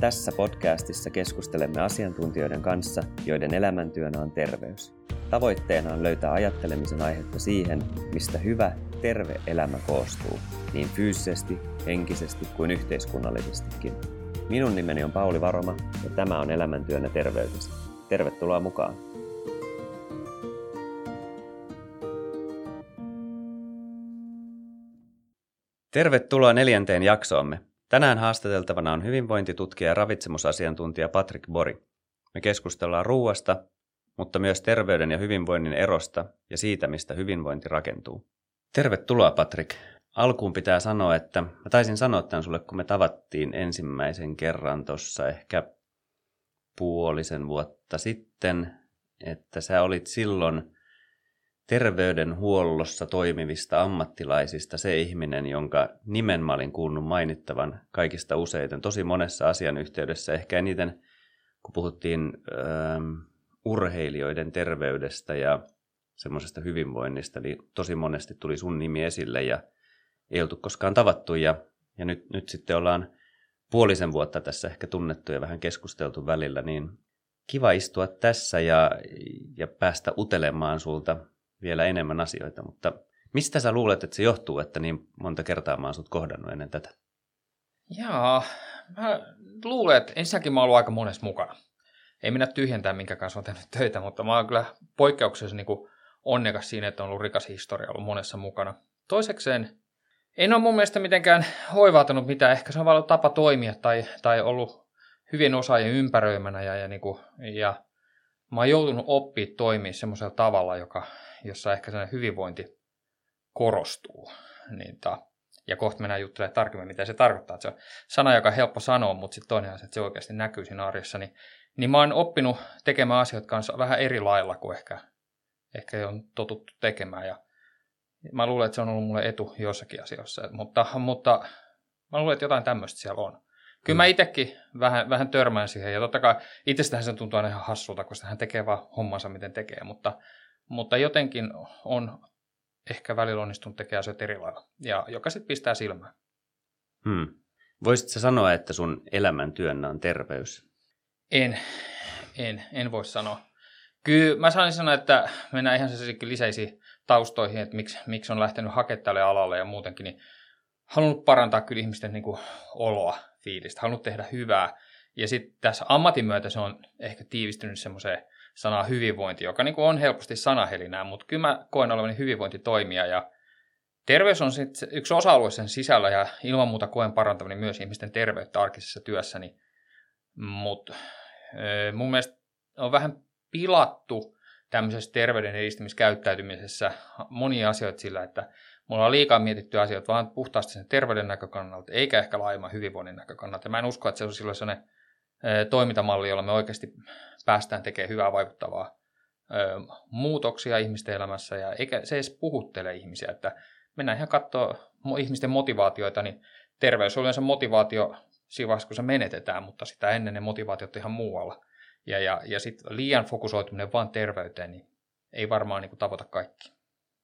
Tässä podcastissa keskustelemme asiantuntijoiden kanssa, joiden elämäntyönä on terveys. Tavoitteena on löytää ajattelemisen aihetta siihen, mistä hyvä, terve elämä koostuu, niin fyysisesti, henkisesti kuin yhteiskunnallisestikin. Minun nimeni on Pauli Varoma ja tämä on Elämäntyönä terveydestä. Tervetuloa mukaan! Tervetuloa 4. jaksoomme. Tänään haastateltavana on hyvinvointitutkija ja ravitsemusasiantuntija Patrick Bori. Me keskustellaan ruuasta, mutta myös terveyden ja hyvinvoinnin erosta ja siitä, mistä hyvinvointi rakentuu. Tervetuloa, Patrick. Alkuun pitää sanoa, että mä taisin sanoa tämän sulle, kun me tavattiin ensimmäisen kerran tuossa ehkä puolisen vuotta sitten, että sä olit silloin terveydenhuollossa toimivista ammattilaisista se ihminen, jonka nimen mä olin kuullut mainittavan kaikista useiten. Tosi monessa asian yhteydessä, ehkä eniten kun puhuttiin urheilijoiden terveydestä ja semmoisesta hyvinvoinnista, niin tosi monesti tuli sun nimi esille ja ei oltu koskaan tavattu. Ja nyt sitten ollaan puolisen vuotta tässä ehkä tunnettu ja vähän keskusteltu välillä, niin kiva istua tässä ja päästä utelemaan sulta vielä enemmän asioita, mutta mistä sä luulet, että se johtuu, että niin monta kertaa mä oon sut kohdannut ennen tätä? Jaa, mä luulen, että ensinnäkin mä oon ollut aika monessa mukana. Ei minä tyhjentää, minkä kanssa olen tehnyt töitä, mutta mä oon kyllä poikkeuksessa niin kuin onnekas siinä, että on ollut rikas historia ollut monessa mukana. Toisekseen en ole mun mielestä mitenkään hoivautunut mitään, ehkä se on vaan ollut tapa toimia tai ollut hyvin osaajien ympäröimänä ja mä oon joutunut oppimaan toimia semmoisella tavalla, jossa ehkä sellainen hyvinvointi korostuu. Ja kohta mennään juttelemaan tarkemmin, mitä se tarkoittaa. Että se on sana, joka on helppo sanoa, mutta sitten toinen asia, että se oikeasti näkyy siinä arjessa. Niin mä oon oppinut tekemään asioita kanssa vähän eri lailla kuin ehkä on totuttu tekemään. Ja mä luulen, että se on ollut mulle etu jossakin asioissa. Mutta mä luulen, että jotain tämmöistä siellä on. Kyllä mä itsekin vähän törmään siihen, ja totta kai itsestähän se tuntuu aina ihan hassulta, koska hän tekee vaan hommansa, miten tekee, mutta jotenkin on ehkä välillä onnistunut tekemään asioita eri lailla, ja joka sitten pistää silmään. Voisitko sanoa, että sun elämäntyönä on terveys? En voi sanoa. Kyllä mä saan sanoa, että mennään ihan lisäisiin taustoihin, että miksi on lähtenyt hakemaan tälle alalle ja muutenkin, niin halunnut parantaa kyllä ihmisten niin kuin oloa, fiilistä, halunnut tehdä hyvää. Ja sitten tässä ammatin myötä se on ehkä tiivistynyt semmoiseen sanaan hyvinvointi, joka niin kuin on helposti sanahelinää, mutta kyllä mä koen olevani hyvinvointitoimija. Ja terveys on sitten yksi osa-alue sen sisällä ja ilman muuta koen parantamani myös ihmisten terveyttä arkisessa työssäni. Mutta mun mielestä on vähän pilattu tämmöisessä terveyden edistämiskäyttäytymisessä monia asioita sillä, että mulla on liikaa mietitty asioita vaan puhtaasti sen terveyden näkökannalta, eikä ehkä laajemman hyvinvoinnin näkökannalta. Mä en usko, että se on silloin sellainen toimintamalli, jolla me oikeasti päästään tekemään hyvää vaikuttavaa muutoksia ihmisten elämässä, ja eikä se edes puhuttele ihmisiä, että mennään ihan katsoa ihmisten motivaatioita, niin terveys on yleensä motivaatio siinä vaiheessa, kun se menetetään, mutta sitä ennen ne motivaatiot ihan muualla. Ja sitten liian fokusoituminen vaan terveyteen, niin ei varmaan niin kuin tavoita kaikki.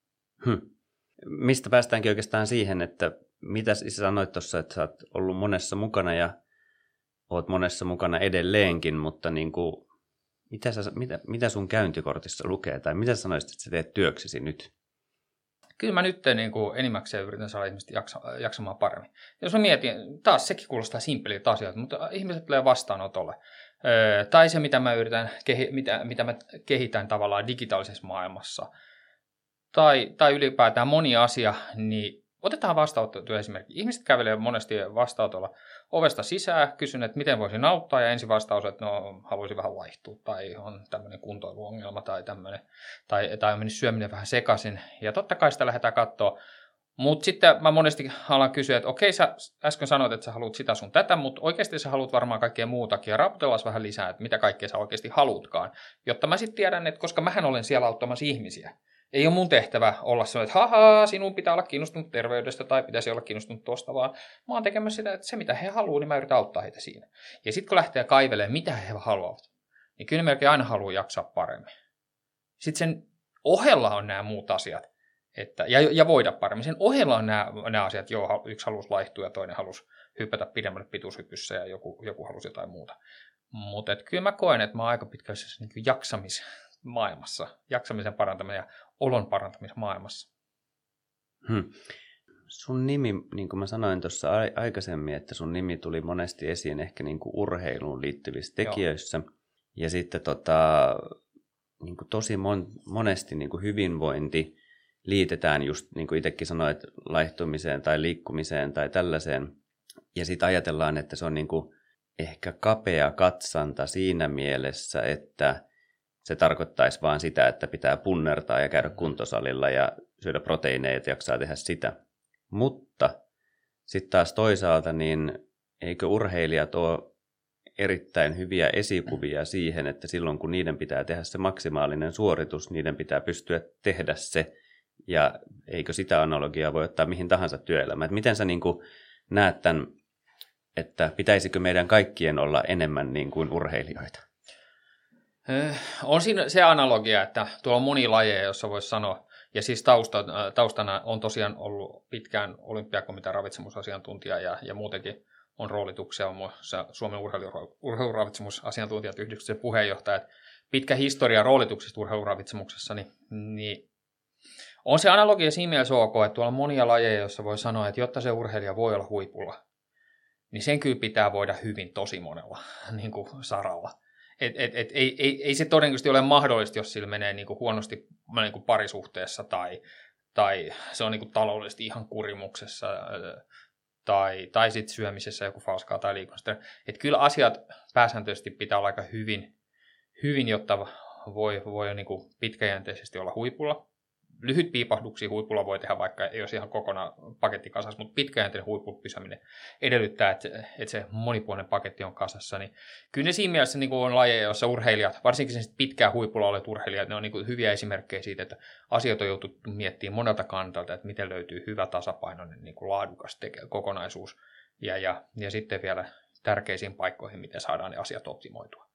Mistä päästäänkin oikeastaan siihen, että mitä sä sanoit tuossa, että sä oot ollut monessa mukana ja oot monessa mukana edelleenkin, mutta niin kuin, mitä sun käyntikortissa lukee tai mitä sä sanoisit, että sä teet työksesi nyt? Kyllä mä nyt niin kuin enimmäkseen yritän saada ihmiset jaksamaan paremmin. Jos mä mietin, taas sekin kuulostaa simppeliltä asioita, mutta ihmiset tulee vastaanotolle. Tai se, mitä mä mitä mä kehitän tavallaan digitaalisessa maailmassa. Tai ylipäätään moni asia, niin otetaan vastaanottotyö esimerkki. Ihmiset kävelee monesti vastaanotolla ovesta sisään, kysyn, että miten voisin auttaa, ja ensin vastaus, että haluaisin vähän vaihtua, tai on tämmöinen kuntoiluongelma, tai tämmöinen, tai on mennyt syöminen vähän sekaisin, ja totta kai sitä lähdetään katsoa. Mutta sitten mä monesti alan kysyä, että okei, sä äsken sanoit, että sä haluat sitä sun tätä, mutta oikeasti sä haluat varmaan kaikkea muutakin, ja raputellaan vähän lisää, että mitä kaikkea sä oikeasti haluutkaan, jotta mä sitten tiedän, että koska mähän olen siellä auttamassa ihmisiä. Ei ole mun tehtävä olla sellainen, että haha, sinun pitää olla kiinnostunut terveydestä tai pitäisi olla kiinnostunut tuosta, vaan mä oon tekemässä sitä, että se mitä he haluaa, niin mä yritän auttaa heitä siinä. Ja sitten kun lähtee kaivelemaan, mitä he haluavat, niin kyllä melkein aina haluaa jaksaa paremmin. Sitten sen ohella on nämä muut asiat. ja voida paremmin. Sen ohella on nämä asiat, yksi halusi laihtua ja toinen halusi hypätä pidemmälle pituushypyssä ja joku halusi jotain muuta. Mutta kyllä mä koen, että mä oon aika pitkälle niin jaksamismaailmassa, jaksamisen parantamisen ja olon parantamisen maailmassa. Sun nimi, niin kuin mä sanoin tuossa aikaisemmin, että sun nimi tuli monesti esiin ehkä niin kuin urheiluun liittyvissä tekijöissä. Joo. Ja sitten niin kuin tosi monesti niin kuin hyvinvointi liitetään just, niin kuin itsekin sanoit, laihtumiseen tai liikkumiseen tai tällaiseen. Ja sitten ajatellaan, että se on niin kuin ehkä kapea katsanta siinä mielessä, että se tarkoittaisi vaan sitä, että pitää punnertaa ja käydä kuntosalilla ja syödä proteiineja, että jaksaa tehdä sitä. Mutta sitten taas toisaalta, niin eikö urheilijat ole erittäin hyviä esikuvia siihen, että silloin kun niiden pitää tehdä se maksimaalinen suoritus, niiden pitää pystyä tehdä se. Ja eikö sitä analogiaa voi ottaa mihin tahansa työelämään. Miten sä niin kuin näet tämän, että pitäisikö meidän kaikkien olla enemmän niin kuin urheilijoita? On siinä se analogia, että tuolla on monia lajeja, joissa voisi sanoa, ja siis taustana on tosiaan ollut pitkään olympiakomitean ravitsemusasiantuntija ja muutenkin on roolituksia, on muassa Suomen urheiluravitsemusasiantuntijat yhdistyksen puheenjohtaja. Pitkä historia roolituksista urheiluravitsemuksessa, niin on se analogia siinä mielessä ok, että tuolla on monia lajeja, joissa voi sanoa, että jotta se urheilija voi olla huipulla, niin sen kyllä pitää voida hyvin tosi monella niin kuin saralla. Ei se todennäköisesti ole mahdollista, jos sillä menee niin kuin huonosti niin kuin parisuhteessa tai se on niin kuin taloudellisesti ihan kurimuksessa tai sitten syömisessä joku falskaa tai liikunnasta. Että kyllä asiat pääsääntöisesti pitää olla aika hyvin jotta voi niin kuin pitkäjänteisesti olla huipulla. Lyhyt piipahduksia huipulla voi tehdä, vaikka ei olisi ihan kokonaan paketti kasassa, mutta pitkäjänteinen huipulla pysyminen edellyttää, että se monipuolinen paketti on kasassa. Niin kyllä ne siinä mielessä niin on lajeja, joissa urheilijat, varsinkin sen pitkään huipulla olleet urheilijat, ne on niin hyviä esimerkkejä siitä, että asioita on joutunut miettimään monelta kantalta, että miten löytyy hyvä tasapainoinen niin laadukas kokonaisuus ja sitten vielä tärkeisiin paikkoihin, miten saadaan ne asiat optimoitua.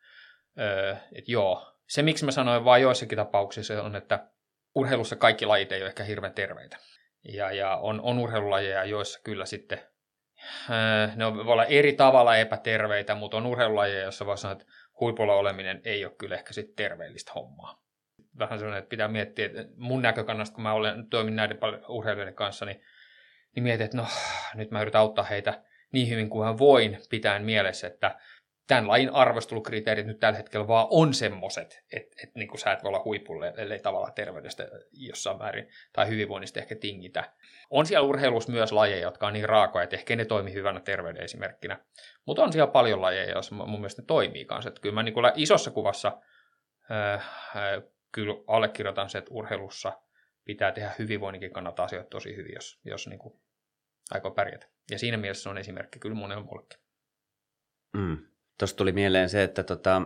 Se, miksi mä sanoin vain joissakin tapauksissa on, että urheilussa kaikki lajit ei ole ehkä hirveän terveitä. Ja on urheilulajeja, joissa kyllä sitten ne voi olla eri tavalla epäterveitä, mutta on urheilulajeja, joissa voi sanoa, että huipulla oleminen ei ole kyllä ehkä sitten terveellistä hommaa. Vähän sellainen, että pitää miettiä, että mun näkökannasta, kun mä toimin näiden urheilijoiden kanssa, niin mietin, että nyt mä yritän auttaa heitä niin hyvin kuin mä voin pitäen mielessä, että tämän lajin arvostelukriteerit nyt tällä hetkellä vaan on semmoiset, että niin kuin sä et voi olla huipulle, ellei tavallaan terveydestä jossain määrin tai hyvinvoinnista ehkä tingitä. On siellä urheilussa myös lajeja, jotka on niin raakoja, että ehkä ne toimii hyvänä terveyden esimerkkinä. Mutta on siellä paljon lajeja, joissa mun mielestä ne toimii kanssa. Että kyllä mä niin kuin isossa kuvassa kyllä allekirjoitan se, että urheilussa pitää tehdä hyvinvoinninkin kannalta asioita tosi hyvin, jos niin kuin aikoo pärjätä. Ja siinä mielessä se on esimerkki kyllä monella muullekin. Tuossa tuli mieleen se, että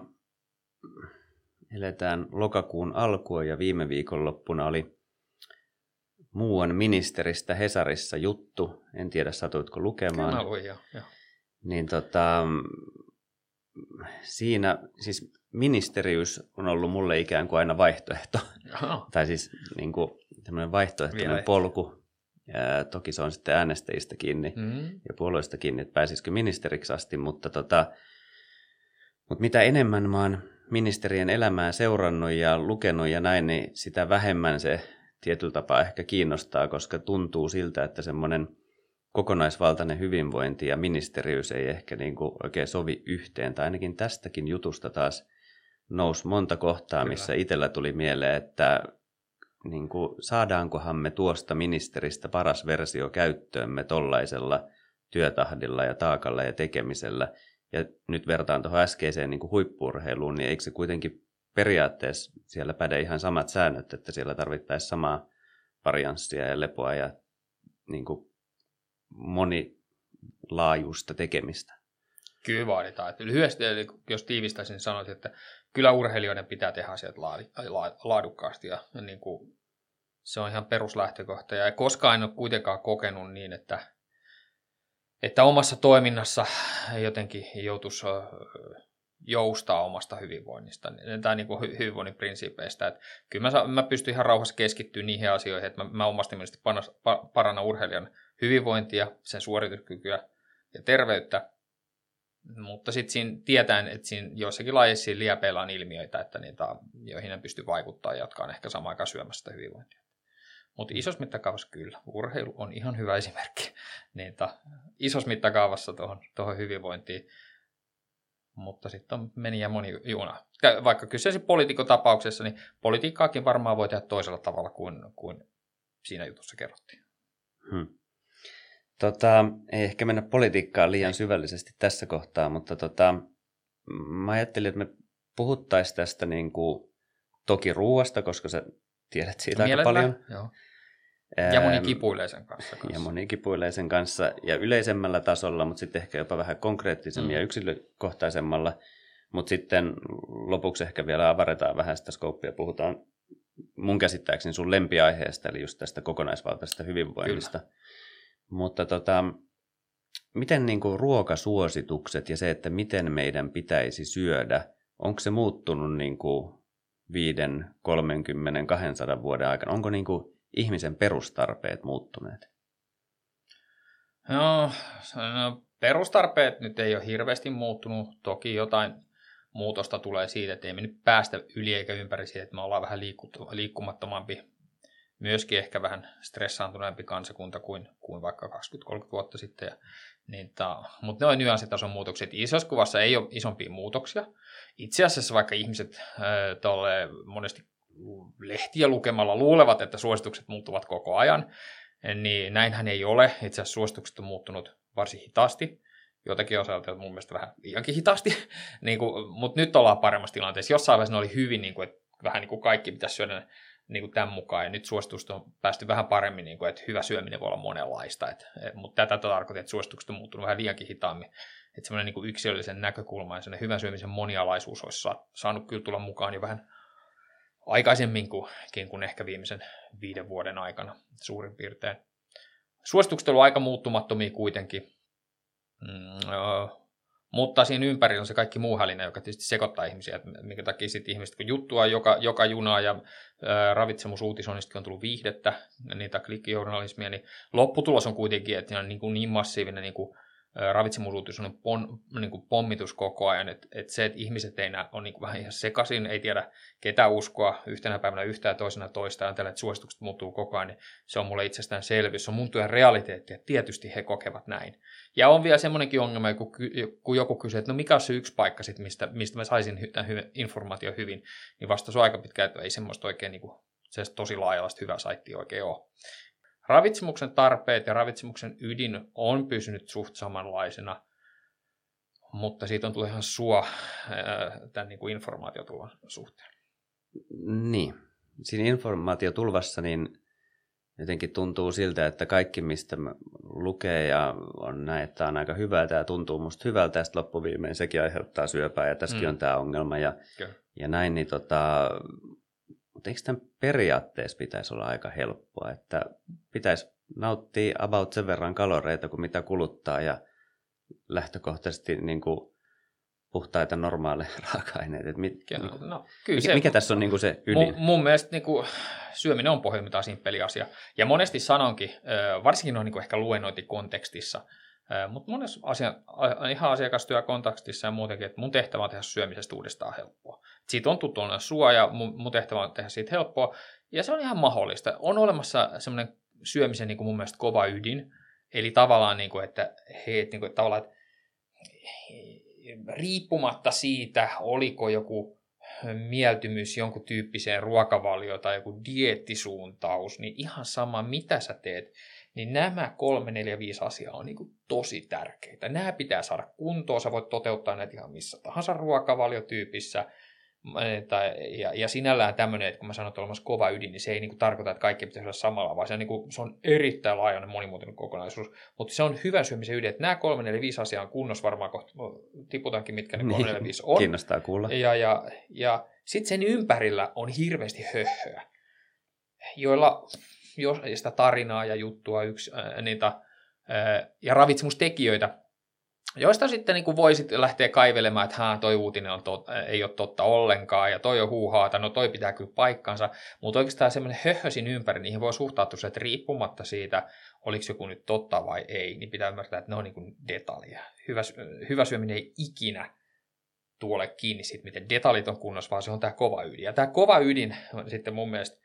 eletään lokakuun alkua ja viime viikonloppuna oli muuan ministeristä Hesarissa juttu. En tiedä, satuitko lukemaan. Kyllä luin, joo. Niin siinä siis ministeriys on ollut mulle ikään kuin aina vaihtoehto. Tai siis niin kuin tämmöinen vaihtoehtoinen polku. Ja toki se on sitten äänestäjistä kiinni ja puolueista kiinni, että pääsisikö ministeriksi asti, mutta mitä enemmän mä oon ministerien elämää seurannut ja lukenut ja näin, niin sitä vähemmän se tietyllä tapaa ehkä kiinnostaa, koska tuntuu siltä, että semmoinen kokonaisvaltainen hyvinvointi ja ministeriys ei ehkä niin kuin oikein sovi yhteen. Tai ainakin tästäkin jutusta taas nousi monta kohtaa, missä itsellä tuli mieleen, että niin kuin, saadaankohan me tuosta ministeristä paras versio käyttöömme tollaisella työtahdilla ja taakalla ja tekemisellä. Ja nyt vertaan tuohon äskeiseen niin kuin huippu-urheiluun, niin eikö se kuitenkin periaatteessa siellä päde ihan samat säännöt, että siellä tarvittaisiin samaa varianssia ja lepoa ja niin kuin monilaajuista tekemistä? Kyllä vaaditaan. Että lyhyesti, jos tiivistäisin, niin sanoisin, että kyllä urheilijoiden pitää tehdä asiat laadukkaasti ja niin kuin se on ihan peruslähtökohta. Ja koskaan en ole kuitenkaan kokenut niin, että omassa toiminnassa jotenkin joutuisi joustaa omasta hyvinvoinnista tai niin kuin hyvinvoinnin prinsiipeistä. Että kyllä mä pystyn ihan rauhassa keskittymään niihin asioihin, että mä omasta mielestä parannan urheilijan hyvinvointia, sen suorituskykyä ja terveyttä, mutta sitten siinä tietäen, että siinä joissakin lajeissa liepeillä on ilmiöitä, että joihin en pysty vaikuttamaan, jotka on ehkä samaan aikaan syömässä sitä hyvinvointia. Mutta isossa mittakaavassa kyllä. Urheilu on ihan hyvä esimerkki isossa mittakaavassa tuohon hyvinvointiin. Mutta sitten on meni ja moni juna. Vaikka kyseessä poliitikotapauksessa, niin politiikkaakin varmaan voi tehdä toisella tavalla kuin siinä jutussa kerrottiin. Ei ehkä mennä politiikkaan liian syvällisesti tässä kohtaa, mutta mä ajattelin, että me puhuttaisiin tästä niin kuin, toki ruuasta, koska sä tiedät siitä aika paljon. Joo. Ja moni kipuilee sen kanssa. Ja moni kipuilee sen kanssa ja yleisemmällä tasolla, mutta sitten ehkä jopa vähän konkreettisemmin ja yksilökohtaisemmalla. Mutta sitten lopuksi ehkä vielä avaretaan vähän sitä skouppia. Puhutaan mun käsittääkseni sun lempiaiheesta, eli just tästä kokonaisvaltaisesta hyvinvoinnista. Kyllä. Mutta miten niin kuin ruokasuositukset ja se, että miten meidän pitäisi syödä, onko se muuttunut niin kuin 5, 30, 200 vuoden aikana? Onko niin kuin ihmisen perustarpeet muuttuneet? No, perustarpeet nyt ei ole hirveästi muuttunut. Toki jotain muutosta tulee siitä, että ei me nyt päästä yli eikä ympäri siitä, että me ollaan vähän liikkumattomampi, myöskin ehkä vähän stressaantuneempi kansakunta kuin vaikka 20-30 vuotta sitten. Mutta ne on nyanssitason muutokset. Isossa kuvassa ei ole isompia muutoksia. Itse asiassa vaikka ihmiset monesti lehtiä lukemalla luulevat, että suositukset muuttuvat koko ajan, niin näinhän ei ole. Itse asiassa suositukset on muuttunut varsin hitaasti. Jotakin osalta mun mielestä vähän liiankin hitaasti, mutta nyt ollaan paremmassa tilanteessa. Jossain vaiheessa ne oli hyvin, että vähän niin kuin kaikki pitäisi syödä tämän mukaan, ja nyt suositusta on päästy vähän paremmin, että hyvä syöminen voi olla monenlaista. Mutta tätä tarkoittaa, että suositukset on muuttunut vähän liiankin hitaammin. Että semmoinen yksilöllisen näkökulma ja semmoinen hyvän syömisen monialaisuus olisi saanut kyllä tulla mukaan jo vähän aikaisemmin kuin ehkä viimeisen 5 vuoden aikana suurin piirtein. Suositukset on ollut aika muuttumattomia kuitenkin, mutta siinä ympärillä on se kaikki muu hälinä, joka tietysti sekoittaa ihmisiä, että minkä takia sitten ihmiset, kun juttua joka junaa ja ravitsemusuutisoinnistakin on tullut viihdettä, niitä klikkijournalismia, niin lopputulos on kuitenkin, että on niin massiivinen ravitsemusuutisoinnin pommitus koko ajan, että se, että ihmiset ei on vähän ihan sekaisin, ei tiedä ketä uskoa yhtenä päivänä yhtä ja toisena toista, ja ajatella, että suositukset muuttuu koko ajan, niin se on mulle itsestäänselvyys, se on mun työn realiteetti, että tietysti he kokevat näin. Ja on vielä semmoinenkin ongelma, kun joku kysyy, että no mikä on se yksi paikka sitten, mistä mä saisin tämän informaation hyvin, niin vastaus on aika pitkä, että ei semmoista oikein se tosi laajalaista hyvää saittia oikein ole. Ravitsemuksen tarpeet ja ravitsemuksen ydin on pysynyt suht samanlaisena, mutta siitä on tullut ihan tämän informaatiotulvan suhteen. Niin, siinä informaatiotulvassa niin jotenkin tuntuu siltä, että kaikki mistä lukee ja on näin, että tämä on aika hyvää, tämä tuntuu musta hyvältä ja sitten loppuviimein sekin aiheuttaa syöpää ja tässäkin on tämä ongelma ja näin, niin mutta eikö tämän periaatteessa pitäisi olla aika helppoa, että pitäisi nauttia about sen verran kaloreita kuin mitä kuluttaa ja lähtökohtaisesti niin kuin puhtaita normaaleja raaka-aineita. Mikä tässä on se ydin? Mun mielestä syöminen on pohjimmiltaan simppeli asia. Ja monesti sanonkin, varsinkin noin ehkä luennointikontekstissa, mutta monessa ihan asiakastyökontekstissa ja muutenkin, että mun tehtävä on tehdä syömisestä uudestaan helppoa. Siitä on tuttu sua ja mun tehtävä on tehdä siitä helppoa. Ja se on ihan mahdollista. On olemassa semmoinen syömisen mun mielestä kova ydin. Eli tavallaan, että riippumatta siitä, oliko joku mieltymys jonkun tyyppiseen ruokavalioon tai joku dieettisuuntaus, niin ihan sama mitä sä teet, niin nämä 3, 4, 5 asiaa on tosi tärkeitä. Nämä pitää saada kuntoon, sä voit toteuttaa näitä ihan missä tahansa ruokavaliotyypissä. Ja sinällään tämmöinen, että kun mä sanon, että on olemassa kova ydin, niin se ei tarkoita, että kaikki pitäisi olla samalla, vaan se on erittäin laajainen monimuotoinen kokonaisuus. Mutta se on hyvän syömisen ydin, että nämä 3, 4, 5 asiaa on kunnossa varmaan kohta, tiputankin mitkä ne 3, 4, 5 on. Kiinnostaa kuulla. Ja sitten sen ympärillä on hirveästi höhöä, joilla sitä tarinaa ja juttua ja ravitsemustekijöitä, joista sitten niin kuin voi sitten lähteä kaivelemaan, että toi uutinen ei ole totta ollenkaan, ja toi on huuhaata, no toi pitää kyllä paikkansa, mutta oikeastaan semmoinen höhösin ympäri, niihin voi suhtautua se, että riippumatta siitä, oliko joku nyt totta vai ei, niin pitää ymmärtää, että ne on niin kuin detalja. Hyvä syöminen ei ikinä tuole kiinni siitä, miten detaljit on kunnossa, vaan se on tämä kova ydin. Ja tämä kova ydin sitten mun mielestä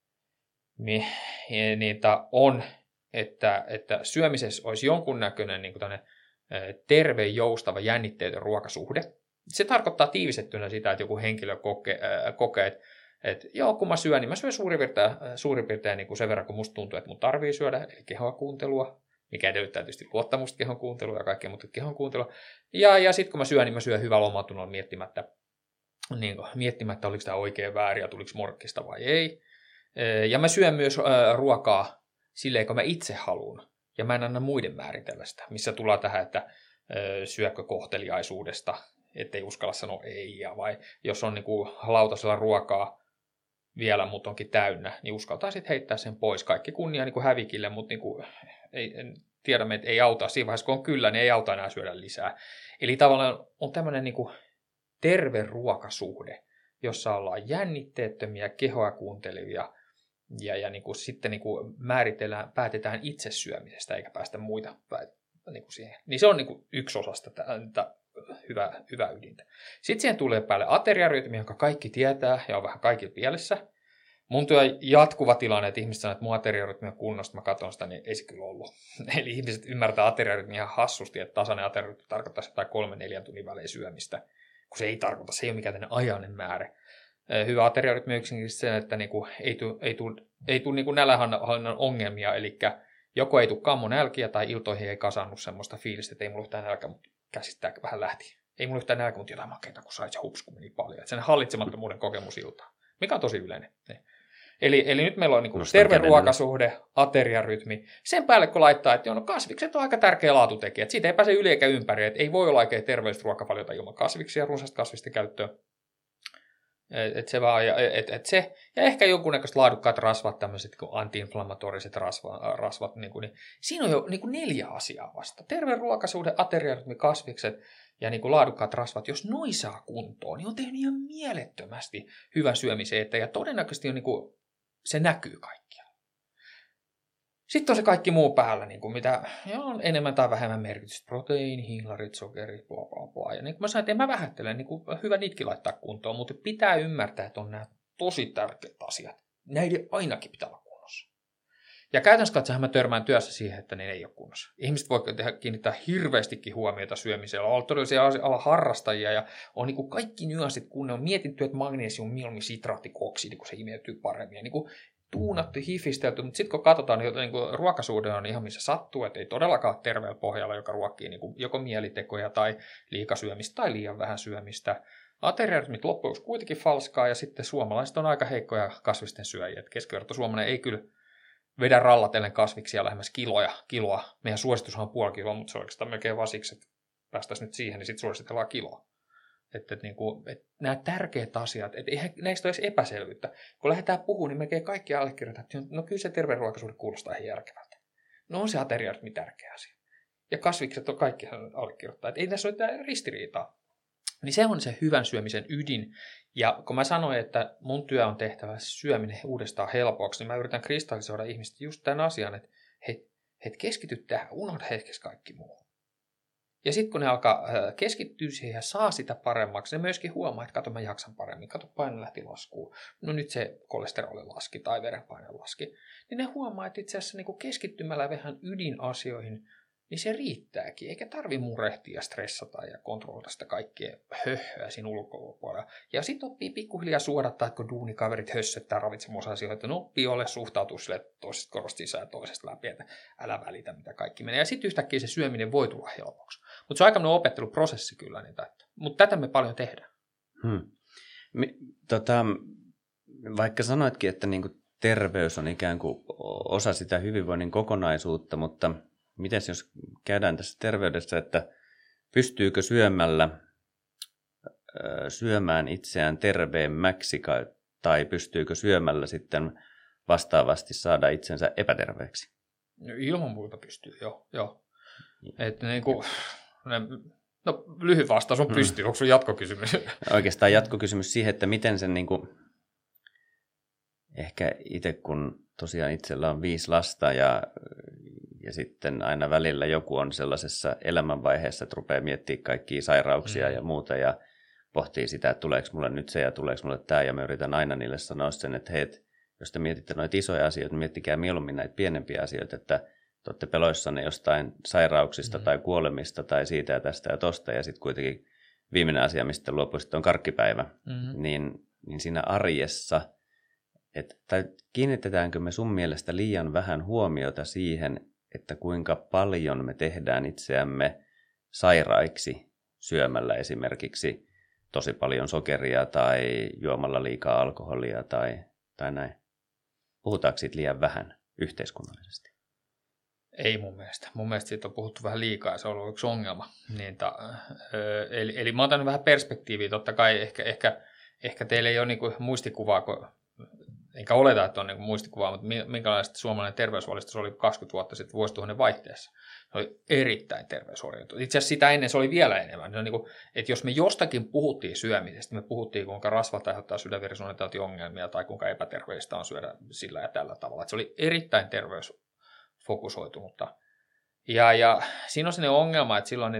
on, että syömisessä olisi jonkunnäköinen niin kuin terve, joustava, jännitteetön ruokasuhde. Se tarkoittaa tiivistettynä sitä, että joku henkilö kokee, että joo, kun mä syön, niin mä syön suurin piirtein niin kuin sen verran, kun musta tuntuu, että mun tarvii syödä, eli kehoa kuuntelua, mikä edellyttää tietysti luottamusta kehon kuuntelua ja kaikkea muuta kehon kuuntelua. Ja sitten kun mä syön, niin mä syön hyvällä omatunnolla miettimättä, oliko tämä oikein väärin ja tuliko morkkista vai ei. Ja mä syön myös ruokaa silleen, kun mä itse haluan. Ja mä en anna muiden määritellä sitä, missä tullaan tähän, että syökö kohteliaisuudesta, ettei uskalla sanoa ei. Vai jos on niinku lautasella ruokaa vielä, mutta onkin täynnä, niin uskaltaa sitten heittää sen pois. Kaikki kunnia niinku hävikille, mutta niinku, tiedämme, että ei auta. Siinä vaiheessa, kun on kyllä, niin ei auta enää syödä lisää. Eli tavallaan on tämmöinen niinku terve ruokasuhde, jossa ollaan jännitteettömiä, kehoa kuuntelevia, ja niin kuin sitten niin kuin päätetään itse syömisestä eikä päästä muita niin kuin siihen. Niin se on niin kuin yksi osa tätä hyvää ydintä. Sitten siihen tulee päälle ateriarytmi, jonka kaikki tietää ja on vähän kaikilla pielessä. Mun työ jatkuva tilanne, että ihmiset sanoo, että mun ateriarytmi on kunnossa, mä katson sitä, niin ei se kyllä ollut. Eli ihmiset ymmärtää ateriarytmi ihan hassusti, että tasainen ateriarytmi tarkoittaa jotain 3-4 tunnin välein syömistä, kun se ei tarkoita, se ei ole mikään tämmöinen ajainen määrä. Hyvä ateriarytmi on yksinkertaisesti sen, että niinku ei tule niinku nälänhallinnan ongelmia, eli joko ei tule kammo nälkiä tai iltoihin ei kasannut semmoista fiilistä, että ei mulla yhtään nälkä, mutta käsittää vähän lähti. Ei mulla yhtään nälkä, mutta jotain makeita, kun sai se hupsku meni paljon. Että sen hallitsemattomuuden kokemus iltaa, mikä on tosi yleinen. Eli nyt meillä on niinku terve ruokasuhde, ateriarytmi. Sen päälle kun laittaa, että no kasvikset on aika tärkeä laatutekijä. Että siitä ei pääse yli eikä ympäri. Että ei voi olla oikein terveellistä ruokavaliota ilman kasviksia ja runsasta kasvisten käyttöä. Se ja ehkä jonkunnäköiset laadukkaat rasvat, tämmöiset kuin anti-inflammatoriset rasvat, niin siinä on jo niin kuin 4 asiaa vasta. Terve ruokasuhde, ateriarytmi, kasvikset ja niin kuin laadukkaat rasvat, jos noi saa kuntoon, niin on tehnyt ihan mielettömästi hyvän syömisen eteen ja todennäköisesti on, niin kuin, se näkyy kaikkialla. Sitten on se kaikki muu päällä, niin kuin mitä on enemmän tai vähemmän merkitystä. Proteiini, hiilarit, sokerit, bla bla bla. Ja niin kuin mä sanoin, että en mä vähättele, niin kuin hyvä niitkin laittaa kuntoon, mutta pitää ymmärtää, että on nämä tosi tärkeät asiat. Näiden ainakin pitää olla kunnossa. Ja käytännössä katsoen mä törmään työssä siihen, että ne ei ole kunnossa. Ihmiset voi kiinnittää hirveästikin huomiota syömiseen. On todellisia ala harrastajia ja on niin kuin kaikki nyanssit, kun ne on mietitty, että magnesium, mieluummin sitraattikoksidi, kun se imeytyy paremmin. Ja niin kuin tuunattu, hifistelty, mutta sitten kun katsotaan, niin ruokasuhde on ihan missä sattuu, että ei todellakaan ole terveellä pohjalla, joka ruokkii niin joko mielitekoja tai liikasyömistä tai liian vähän syömistä. Ateriarytmit loppujen kuitenkin falskaa ja sitten suomalaiset on aika heikkoja kasvisten syöjiä. Keskiverto suomalainen ei kyllä vedä rallatellen kasviksia lähemmäs kiloa. Meidän suositushan on 0,5 kiloa, mutta se on oikeastaan melkein vaan siksi, että päästäisiin nyt siihen, niin sitten suositellaan kiloa. Että nämä tärkeät asiat, että eihän näistä ole edes epäselvyyttä. Kun lähdetään puhumaan, niin melkein kaikki allekirjoittaa, että no kyllä se terve ruokasuhde kuulostaa ihan järkevältä. No on se ateriarytmi tärkeä asia. Ja kasvikset on kaikki allekirjoittaa, että ei tässä ole mitään ristiriitaa. Niin se on se hyvän syömisen ydin. Ja kun mä sanoin, että mun työ on tehtävä syöminen uudestaan helpoksi, niin mä yritän kristallisoida ihmistä just tämän asian, että he keskity tähän, unohda hetkessä kaikki muu. Ja sitten kun ne alkaa keskittyä siihen ja saa sitä paremmaksi, ne myöskin huomaa, että kato mä jaksan paremmin, kato paino lähti laskuun, no nyt se kolesteroli laski tai verenpaine laski, niin ne huomaa, että itse asiassa niin keskittymällä vähän ydinasioihin, niin se riittääkin, eikä tarvi murehtia ja stressata ja kontrolloida sitä kaikkea höhöä siinä ulkopuolella. Ja sitten oppii pikkuhiljaa suodattaa, että kun duunikaverit hössöttää ravitsemusasioita, ne oppii ole suhtautua sille, että toisesta korosta sisään ja toisesta läpi, että älä välitä mitä kaikki menee. Ja sitten yhtäkkiä se syöminen voi tulla helpoksi. Mutta se on aikamoinen opetteluprosessi kyllä. Mutta tätä me paljon tehdään. Vaikka sanoitkin, että niinku terveys on ikään kuin osa sitä hyvinvoinnin kokonaisuutta, mutta miten jos käydään tässä terveydessä, että pystyykö syömään itseään terveemmäksi tai pystyykö syömällä sitten vastaavasti saada itsensä epäterveeksi? No, ilman muuta pystyy, joo. Että niin kuin, No lyhyt vastaus on pystyy. Onko sun jatkokysymys? Oikeastaan jatkokysymys siihen, että miten sen niin kuin, ehkä itse kun tosiaan itsellä on 5 lasta ja sitten aina välillä joku on sellaisessa elämänvaiheessa, että rupeaa miettimään kaikkia sairauksia ja muuta ja pohtii sitä, että tuleeko mulle nyt se ja tuleeko mulle tämä ja mä yritän aina niille sanoa sen, että hei, jos te mietitte noita isoja asioita, niin miettikää mieluummin näitä pienempiä asioita, että te olette peloissanne jostain sairauksista tai kuolemista tai siitä ja tästä ja tosta ja sitten kuitenkin viimeinen asia, mistä luopuisitte on karkkipäivä, niin siinä arjessa, tai kiinnitetäänkö me sun mielestä liian vähän huomiota siihen, että kuinka paljon me tehdään itseämme sairaiksi syömällä esimerkiksi tosi paljon sokeria tai juomalla liikaa alkoholia tai näin. Puhutaanko siitä liian vähän yhteiskunnallisesti? Ei mun mielestä. Mun mielestä siitä on puhuttu vähän liikaa ja se on ollut yksi ongelma. Eli mä otan vähän perspektiiviä. Totta kai ehkä teillä ei ole niinku muistikuvaa, enkä oleta, että on niinku muistikuvaa, mutta minkälaista suomalainen terveysvalistus oli 20 vuotta sitten vuosituhannen vaihteessa. Se oli erittäin terveysorientoitu. Itse asiassa sitä ennen se oli vielä enemmän. Se on niinku, että jos me jostakin puhuttiin syömisestä, me puhuttiin kuinka rasvat aiheuttaa sydänverisuonitautiongelmia tai kuinka epäterveellistä on syödä sillä ja tällä tavalla. Että se oli erittäin terveysfokusoitunutta. Ja siinä on sellainen ongelma, että silloin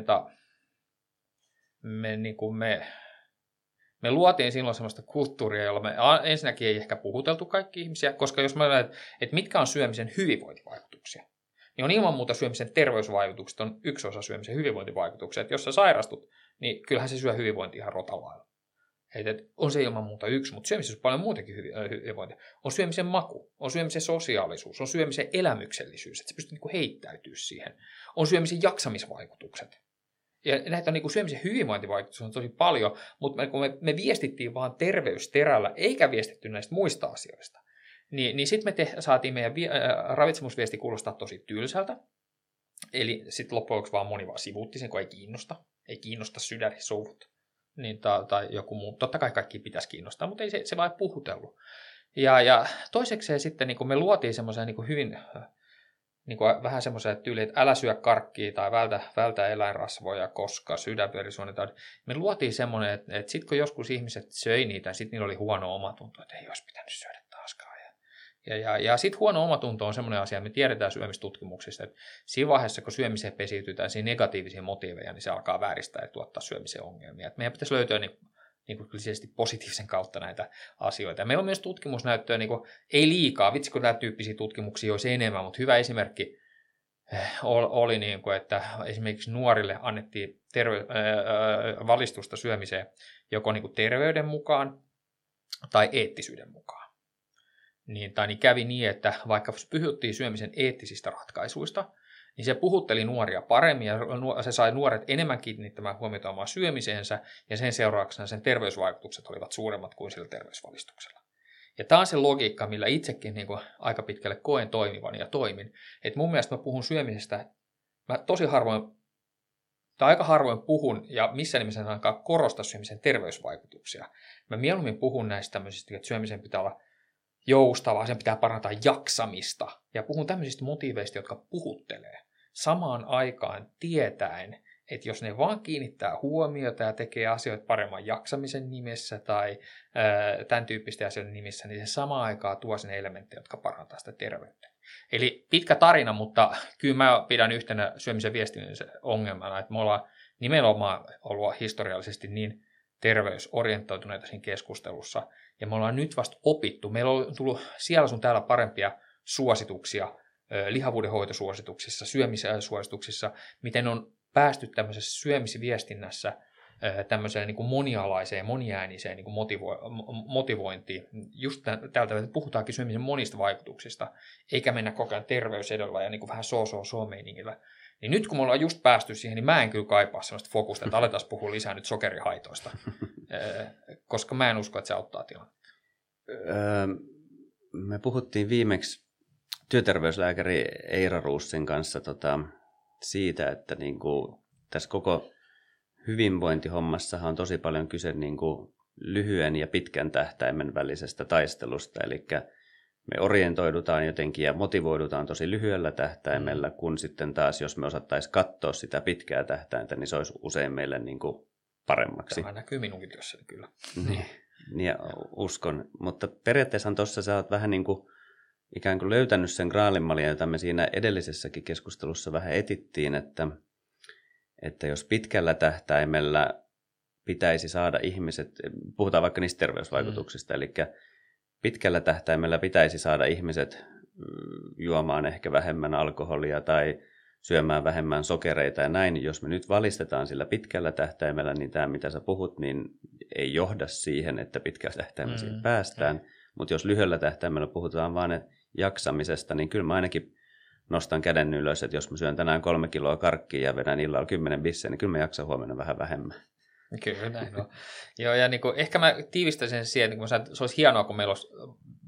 me luotiin silloin sellaista kulttuuria, jolla me ensinnäkin ei ehkä puhuteltu kaikki ihmisiä, koska jos me että mitkä on syömisen hyvinvointivaikutuksia, niin on ilman muuta syömisen terveysvaikutukset on yksi osa syömisen hyvinvointivaikutuksia. Että jos sä sairastut, niin kyllähän se syö hyvinvointi ihan rotalailla. On se ilman muuta yksi, mutta syömisessä on paljon muutakin hyvinvointia. On syömisen maku, on syömisen sosiaalisuus, on syömisen elämyksellisyys, että sä pystyt niinku heittäytyä siihen. On syömisen jaksamisvaikutukset. Ja näitä on niin kuin syömisen hyvinvointivaikutuksia on tosi paljon, mutta kun me viestittiin vaan terveysterällä, eikä viestitty näistä muista asioista, niin sitten me saatiin meidän ravitsemusviesti kuulostaa tosi tylsältä. Eli sitten loppujen lopuksi vaan moni vaan sivuutti sen, kun ei kiinnosta sydärisuvut. Tai joku muu. Totta kai kaikki pitäisi kiinnostaa, mutta ei se vaan puhutellut. Ja toisekseen sitten niin me luotiin semmoisen niin hyvin niin kuin vähän semmoisen tyyliin, että älä syö karkkia tai vältä eläinrasvoja, koska sydänverisuonitaudit. Me luotiin semmoinen, että sitten kun joskus ihmiset söi niitä, sitten niillä oli huono omatunto, että ei olisi pitänyt syödä taaskaan. Ja sitten huono omatunto on semmoinen asia, me tiedetään syömistutkimuksista, että siinä vaiheessa, kun syömiseen pesiytytään siinä negatiivisia motiiveja, niin se alkaa vääristää ja tuottaa syömisen ongelmia. Et meidän pitäisi löytyä niin kuin positiivisen kautta näitä asioita. Ja meillä on myös tutkimusnäyttöä, niin kuin, ei liikaa, vitsi kun näitä tyyppisiä tutkimuksia olisi enemmän, mutta hyvä esimerkki oli, niin kuin, että esimerkiksi nuorille annettiin valistusta syömiseen joko niin kuin terveyden mukaan tai eettisyyden mukaan. Niin kävi niin, että vaikka puhuttiin syömisen eettisistä ratkaisuista, niin se puhutteli nuoria paremmin ja se sai nuoret enemmän kiinnittämään huomiota omaan syömiseensä ja sen seurauksena sen terveysvaikutukset olivat suuremmat kuin sillä terveysvalistuksella. Ja tämä on se logiikka, millä itsekin niin kuin aika pitkälle koen toimivan ja toimin. Että mun mielestä mä puhun syömisestä, mä aika harvoin puhun ja missä nimessä en ainakaan korosta syömisen terveysvaikutuksia. Mä mieluummin puhun näistä tämmöisistä, että syömisen pitää olla joustavaa, sen pitää parantaa jaksamista. Ja puhun tämmöisistä motiiveista, jotka puhuttelee. Samaan aikaan tietäen, että jos ne vaan kiinnittää huomiota ja tekee asioita paremman jaksamisen nimessä tai tämän tyyppisten asioiden nimissä, niin se samaan aikaan tuo sinne elementtejä, jotka parantaa sitä terveyttä. Eli pitkä tarina, mutta kyllä mä pidän yhtenä syömisen viestinnän ongelmana, että me ollaan nimenomaan ollut historiallisesti niin terveysorientoituneita siinä keskustelussa, ja me ollaan nyt vasta opittu. Meillä on tullut siellä sun täällä parempia suosituksia, lihavuuden hoitosuosituksissa, syömissuosituksissa, miten on päästy tämmöisessä syömisviestinnässä tämmöiseen niin kuin monialaiseen, moniääniseen niin kuin motivointiin. Just täältä, että puhutaankin syömisen monista vaikutuksista, eikä mennä koko ajan terveys edellä ja niin kuin vähän so-meiningillä. Niin nyt kun me ollaan just päästy siihen, niin mä en kyllä kaipaa sellaista fokusta, että aletaan puhua lisää nyt sokerihaitoista, koska mä en usko, että se auttaa tilannetta. Me puhuttiin viimeksi työterveyslääkäri Eira Ruussin kanssa siitä, että niin kuin tässä koko hyvinvointihommassahan on tosi paljon kyse niin kuin lyhyen ja pitkän tähtäimen välisestä taistelusta, eli me orientoidutaan jotenkin ja motivoidutaan tosi lyhyellä tähtäimellä, kun sitten taas, jos me osattaisiin katsoa sitä pitkää tähtäintä, niin se olisi usein meille niin kuin paremmaksi. Tämä näkyy minunkin työssäni kyllä. Niin ja uskon. Mutta periaatteessa tuossa sä oot vähän niin kuin ikään kuin löytänyt sen graalinmaljan, jota me siinä edellisessäkin keskustelussa vähän etittiin, että jos pitkällä tähtäimellä pitäisi saada ihmiset, puhutaan vaikka niistä terveysvaikutuksista, eli pitkällä tähtäimellä pitäisi saada ihmiset juomaan ehkä vähemmän alkoholia tai syömään vähemmän sokereita ja näin. Jos me nyt valistetaan sillä pitkällä tähtäimellä, niin tämä mitä sä puhut, niin ei johda siihen, että pitkällä tähtäimellä siihen päästään. Mutta jos lyhyellä tähtäimellä puhutaan vaan jaksamisesta, niin kyllä mä ainakin nostan käden ylös, että jos mä syön tänään 3 kiloa karkkia ja vedän illalla 10 bissejä, niin kyllä mä jaksan huomenna vähän vähemmän. Kyllä näin on. Joo, ja niin kuin, ehkä mä tiivistäisin sen siihen, että se olisi hienoa, kun meillä olisi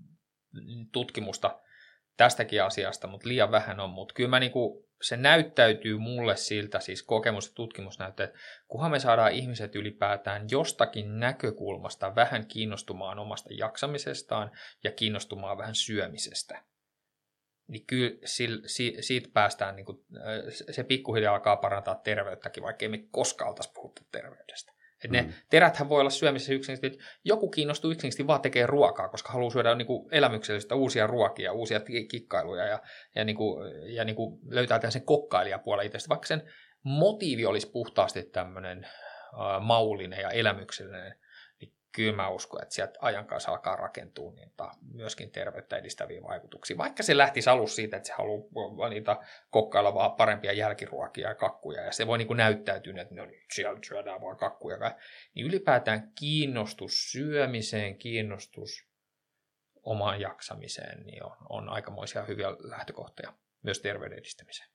tutkimusta tästäkin asiasta, mutta liian vähän on. Mutta kyllä mä, niin kuin, se näyttäytyy mulle siltä, siis kokemus- ja tutkimus näyttää, että kunhan me saadaan ihmiset ylipäätään jostakin näkökulmasta vähän kiinnostumaan omasta jaksamisestaan ja kiinnostumaan vähän syömisestä, niin kyllä siitä päästään, niin kuin, se pikkuhiljaa alkaa parantaa terveyttäkin, vaikka ei me koskaan oltaisi puhuttu terveydestä. Et ne teräthän voi olla syömisessä yksinkertaisesti, että joku kiinnostuu yksinkertaisesti vaan tekee ruokaa, koska haluaa syödä niin kuin elämyksellistä uusia ruokia, uusia kikkailuja ja niin kuin löytää tämän sen kokkailijapuolen itsestä. Vaikka sen motiivi olisi puhtaasti tämmöinen maullinen ja elämyksellinen, niin kyllä mä uskon, että sieltä ajan kanssa alkaa rakentua myöskin terveyttä edistäviä vaikutuksia. Vaikka se lähtisi alussa siitä, että se haluaa niitä kokkailla vaan parempia jälkiruokia ja kakkuja, ja se voi niin kuin näyttäytyä, että no niin, siellä syödään vaan kakkuja. Niin ylipäätään kiinnostus syömiseen, kiinnostus omaan jaksamiseen, niin on aikamoisia hyviä lähtökohtia myös terveyden edistämiseen.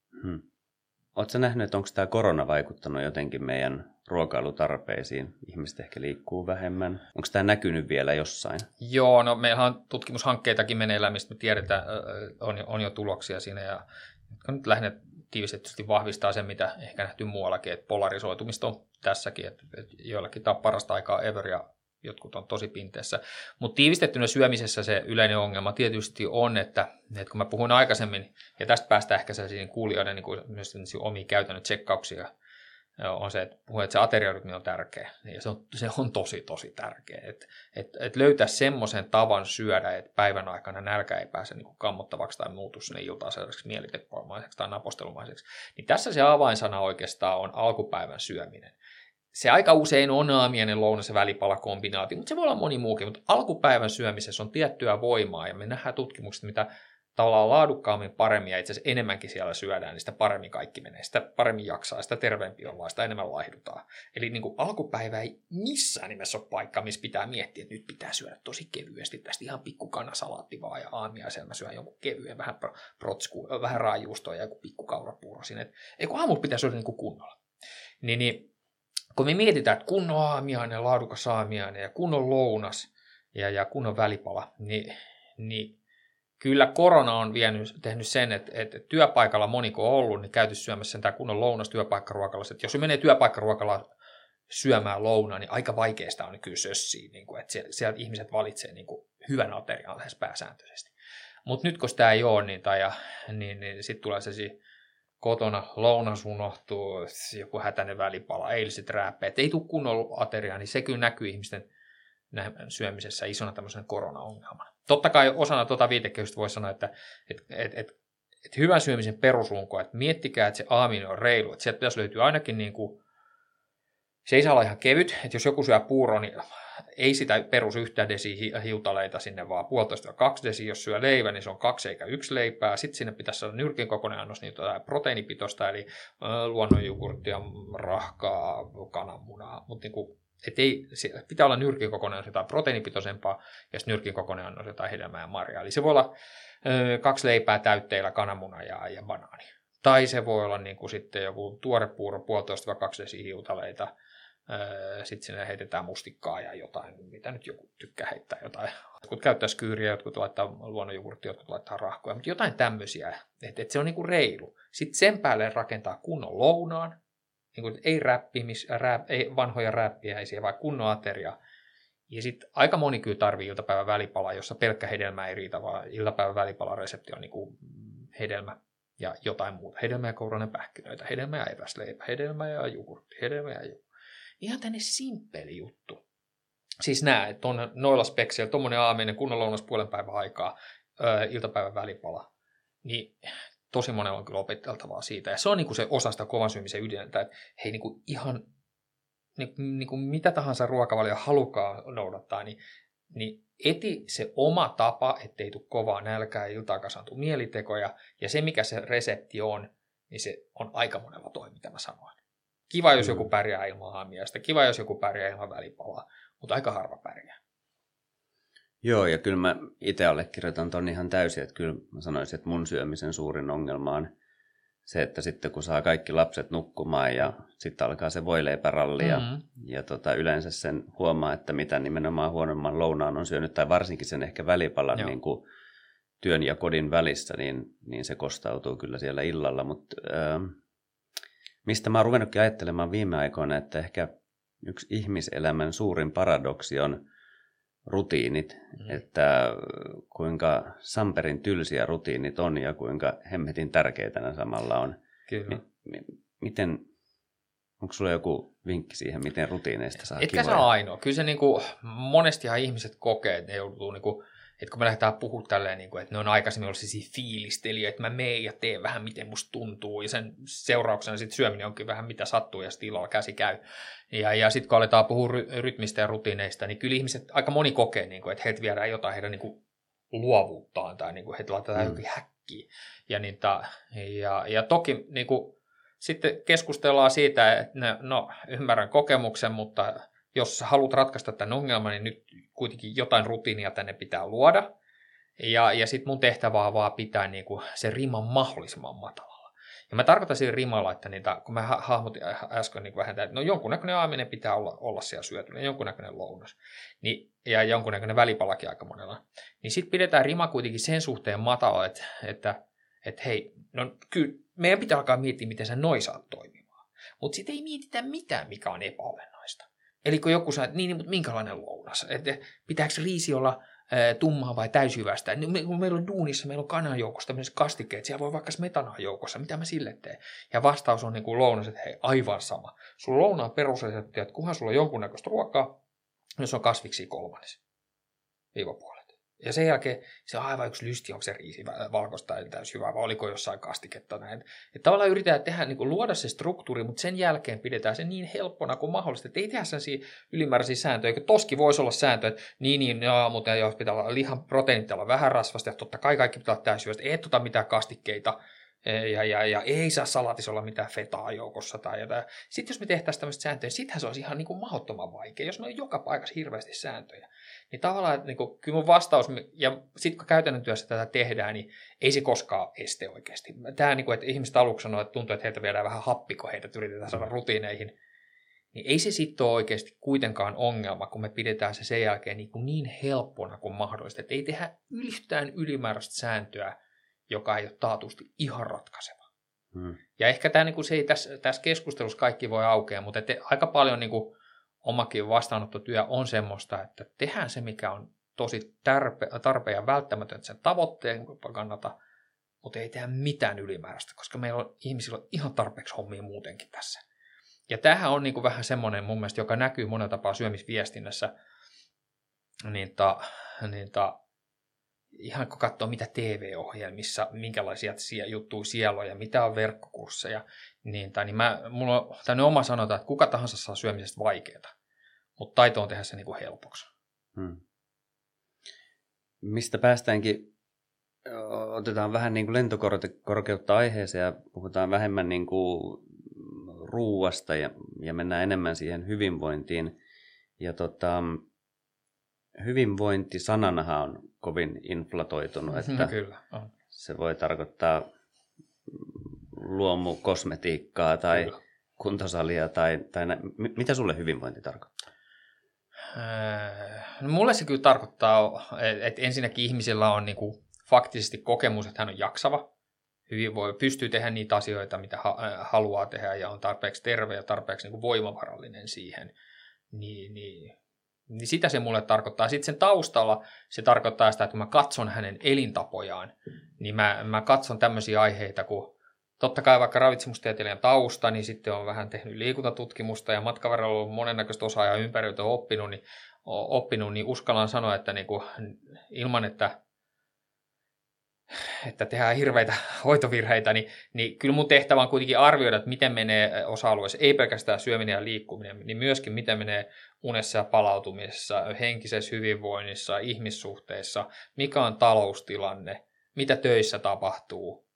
Oletko nähnyt, että onko tämä korona vaikuttanut jotenkin meidän ruokailutarpeisiin? Ihmiset ehkä liikkuu vähemmän. Onko tämä näkynyt vielä jossain? Joo, no meillä on tutkimushankkeitakin meneillään, mistä me tiedetään, on jo tuloksia siinä, ja jotka nyt lähinnä tiivistetysti vahvistaa sen, mitä ehkä nähty muuallakin, että polarisoitumista on tässäkin, että joillakin tämä on parasta aikaa ever, ja jotkut on tosi pinteessä. Mutta tiivistettynä syömisessä se yleinen ongelma tietysti on, että kun mä puhuin aikaisemmin, ja tästä päästään ehkä sellaisiin kuulijoiden niin kuin myös omia käytännön tsekkauksia, on se, että puhuin, että se ateriarytmi on tärkeä. Ja se on tosi, tosi tärkeä. Että löytää semmoisen tavan syödä, että päivän aikana nälkä ei pääse niin kuin kammottavaksi tai muutu sinne iltaan sellaiseksi mielitepoimaiseksi tai napostelumaiseksi. Niin tässä se avainsana oikeastaan on alkupäivän syöminen. Se aika usein on aamiainen, lounas ja välipalakombinaatio, mutta se voi olla moni muukin. Mutta alkupäivän syömisessä on tiettyä voimaa, ja me nähdään tutkimukset, mitä tavallaan laadukkaammin, paremmin ja itse asiassa enemmänkin siellä syödään, niin sitä paremmin kaikki menee, sitä paremmin jaksaa, sitä terveempi ollaan, sitä enemmän laihdutaan. Eli niin kuin alkupäivä ei missään nimessä ole paikka, missä pitää miettiä, että nyt pitää syödä tosi kevyesti, tästä ihan pikku kanasalaatti vaan, ja aamiaisella mä syön jonkun kevyen, vähän protskua, vähän raajuustoa ja joku pikku kaurapuuro sinne. Eikö aamulla pitää syödä niin kuin kunnolla. Niin, kun me mietitään, että kunnon aamiainen, laadukas aamiainen ja kunnon lounas ja kunnon välipala, niin kyllä korona on tehnyt sen, että työpaikalla moniko on ollut, niin käyty syömässä tämä kunnon lounas työpaikkaruokalla. Että jos se menee työpaikkaruokalla syömään lounaa, niin aika vaikeasta on kyllä sössiä, niin kuin, että sieltä ihmiset valitsee niin kuin hyvän aterian lähes pääsääntöisesti. Mutta nyt kun sitä ei ole, niin sitten tulee se kotona lounas unohtuu, joku hätäinen välipala, eiliset rääppeet, ei tule kunnon ateriaa, niin se kyllä näkyy ihmisten syömisessä isona tämmöisen korona-ongelmana. Totta kai osana tuota viitekehystä voi sanoa, että hyvän syömisen perusrunko, että miettikää, että se aaminen on reilu, että sieltä pitäisi löytyä ainakin niin kuin, se ei saa olla ihan kevyt, että jos joku syö puuroa, niin ei sitä perus yhtä desiä hiutaleita sinne, vaan 1,5-2 desiä, jos syö leivän, niin se on 2 eikä 1 leipää, sitten sinne pitäisi olla nyrkin kokoinen annos niin proteiinipitoista, eli luonnonjogurttia, rahkaa, kananmunaa, mutta niin kuin pitää olla nyrkin kokoinen jotain proteiinipitoisempaa, ja sitten nyrkin kokoinen on jotain hedelmää ja marjaa. Eli se voi olla 2 leipää täytteillä, kananmuna ja banaani. Tai se voi olla niin kuin sitten joku tuorepuuro, 1,5-2 desiä hiutaleita, sitten sinne heitetään mustikkaa ja jotain, mitä nyt joku tykkää heittää jotain. Jotkut käyttää skyyriä, jotkut laittaa luonnonjogurttia, jotkut laittaa rahkoja, mutta jotain tämmöisiä, että se on niin kuin reilu. Sitten sen päälle rakentaa kunnon lounaan, niin kuin, ei vanhoja räppiäisiä, vaan kunnon ateria. Ja sitten aika moni kyllä tarvii iltapäivän välipalaa, jossa pelkkä hedelmä ei riitä, vaan iltapäivän välipalan-resepti on niin kuin hedelmä ja jotain muuta. Hedelmä ja kourainen pähkinöitä, hedelmä ja eväsleipä, hedelmä ja jogurtti, hedelmä ja joku. Ihan tänne simppeli juttu. Siis nää, että on noilla spekseillä, tuommoinen aaminen kunnon lounas puolen päivän aikaa, iltapäivän välipala, niin tosi monella on kyllä opetteltavaa siitä. Ja se on niinku se osa sitä kovan syömisen ydintä, että hei niinku ihan niinku mitä tahansa ruokavalio halukaa noudattaa, niin eti se oma tapa, ettei tule kovaa nälkää ja iltaan kasaantuu mielitekoja, ja se mikä se resepti on, niin se on aika monella toi, mitä mä sanoin. Kiva, jos joku pärjää ilman aamiaista, kiva, jos joku pärjää ilman välipalaa, mutta aika harva pärjää. Joo, ja kyllä mä itse allekirjoitan ton ihan täysin, että kyllä mä sanoisin, että mun syömisen suurin ongelma on se, että sitten kun saa kaikki lapset nukkumaan ja sitten alkaa se voileipäralli ja yleensä sen huomaa, että mitä nimenomaan huonomman lounaan on syönyt, tai varsinkin sen ehkä välipalan niin kuin työn ja kodin välissä, niin se kostautuu kyllä siellä illalla, mutta mistä mä oon ruvennutkin ajattelemaan viime aikoina, että ehkä yksi ihmiselämän suurin paradoksi on rutiinit, että kuinka samperin tylsiä rutiinit on ja kuinka hemmetin tärkeitä ne samalla on. Kyllä. Miten, onko sulla joku vinkki siihen, miten rutiineista saa kivoja? Etkä se ole ainoa. Kyllä se monestihan ihmiset kokee, että ne joutuu että kun me lähdetään puhumaan tälleen, että ne on aikaisemmin ollut sellaisia fiilistelijöitä, että mä meen ja teen vähän miten musta tuntuu, ja sen seurauksena sitten syöminen onkin vähän mitä sattuu, ja sitten illalla käsi käy. Ja sitten kun aletaan puhua rytmistä ja rutiineista, niin kyllä ihmiset, aika moni kokee, että heiltä viedään jotain heidän luovuuttaan, tai heiltä laitetaan jokin häkkiin. Ja toki sitten keskustellaan siitä, että ymmärrän kokemuksen, mutta jos haluat ratkaista tämän ongelman, niin nyt kuitenkin jotain rutiinia tänne pitää luoda. Ja sitten mun tehtävä on vaan pitää se rima mahdollisimman matalalla. Ja mä tarkoitan siinä rimalla, että kun mä hahmotin äsken vähän, että jonkunnäköinen aaminen pitää olla siellä syötynä, jonkunnäköinen lounas. Ja jonkunnäköinen välipalakin aika monella. Niin sitten pidetään rima kuitenkin sen suhteen matala, että hei, kyllä meidän pitää alkaa miettiä, miten sä noin saat toimimaan. Mutta sitten ei mietitä mitään, mikä on epäolennaista. Eli kun joku sanoo, että mutta minkälainen lounas? Että pitääkö riisi olla tummaa vai täysjyvästä? Kun meillä on duunissa, meillä on kanan joukossa tämmöiset kastikkeet, siellä voi vaikka smetanaa joukossa, mitä mä sille teen? Ja vastaus on lounas, että hei, aivan sama. Sulla lounaan perusreseptiä, että kunhan sulla on jonkunnäköistä ruokaa, jos on kasviksi kolmannes, viivapuolet. Ja sen jälkeen se on aivan yksi lysti, onko se riisi valkoista tai täysjyvää, vai oliko jossain kastiketta näin. Että tavallaan yritetään tehdä, luoda se struktuuri, mutta sen jälkeen pidetään se niin helppona kuin mahdollista, että ei tehdä sellaisia ylimääräisiä sääntöjä, eikä toski voisi olla sääntö, että mutta jos pitää olla lihan proteiinit pitää olla vähän rasvasta, ja totta kai kaikki pitää olla täysjyvästä, ei ota mitään kastikkeita, ja ei saa salatissa olla mitään fetaa joukossa tai jotain. Sitten jos me tehtäisiin tämmöistä sääntöjä, sittenhän se olisi ihan mahdottoman vaikea, jos meillä on joka paikassa hirveästi sääntöjä. Niin tavallaan, että kyllä mun vastaus, ja sitten kun käytännön työssä tätä tehdään, niin ei se koskaan este oikeasti. Tämä, että ihmiset aluksi sanoo, että tuntuu, että heiltä viedään vähän happi, kun heitä yritetään saada rutiineihin, niin ei se sitten ole oikeasti kuitenkaan ongelma, kun me pidetään se sen jälkeen niin helppona kuin mahdollista. Että ei tehdä yhtään ylimääräistä sääntöä, joka ei ole taatusti ihan ratkaiseva. Ja ehkä tämä, se ei tässä keskustelussa kaikki voi aukea, mutta aika paljon omakin vastaanottotyö on semmoista, että tehdään se, mikä on tosi tarpeen ja välttämätöntä sen tavoitteen kannalta, mutta ei tehdä mitään ylimääräistä, koska meillä on ihmisillä ihan tarpeeksi hommia muutenkin tässä. Ja tämähän on vähän semmoinen mun mielestä, joka näkyy monella tapaa syömisviestinnässä, ihan kun katsoo mitä TV-ohjelmissa, minkälaisia juttuja siellä on ja mitä on verkkokursseja, niin mulla on tämmöinen oma sanota, että kuka tahansa saa syömisestä vaikeaa, mutta taito on tehdä se helpoksi. Mistä päästäänkin, otetaan vähän lentokorkeutta aiheeseen ja puhutaan vähemmän ruuasta ja mennään enemmän siihen hyvinvointiin. Ja hyvinvointi sananahan on kovin inflatoitunut, että kyllä, on. Se voi tarkoittaa luomukosmetiikkaa tai kyllä. Kuntosalia tai mitä sulle hyvinvointi tarkoittaa? No mulle se kyllä tarkoittaa, että ensinnäkin ihmisillä on faktisesti kokemus, että hän on jaksava, pystyy tehdä niitä asioita, mitä haluaa tehdä ja on tarpeeksi terve ja tarpeeksi voimavarallinen siihen, niin Niin sitä se mulle tarkoittaa. Sitten sen taustalla se tarkoittaa sitä, että kun mä katson hänen elintapojaan, niin mä katson tämmöisiä aiheita kuin totta kai vaikka ravitsemustieteilijän tausta, niin sitten on vähän tehnyt liikuntatutkimusta ja matkan varrella on ollut monennäköistä osaa ja ympäriltä oppinut, niin uskallan sanoa, että niin kuin, ilman, että tehdään hirveitä hoitovirheitä, niin kyllä mun tehtävä on kuitenkin arvioida, että miten menee osa-alueessa, ei pelkästään syöminen ja liikkuminen, niin myöskin miten menee unessa ja palautumisessa, henkisessä hyvinvoinnissa, ihmissuhteissa, mikä on taloustilanne, mitä töissä tapahtuu.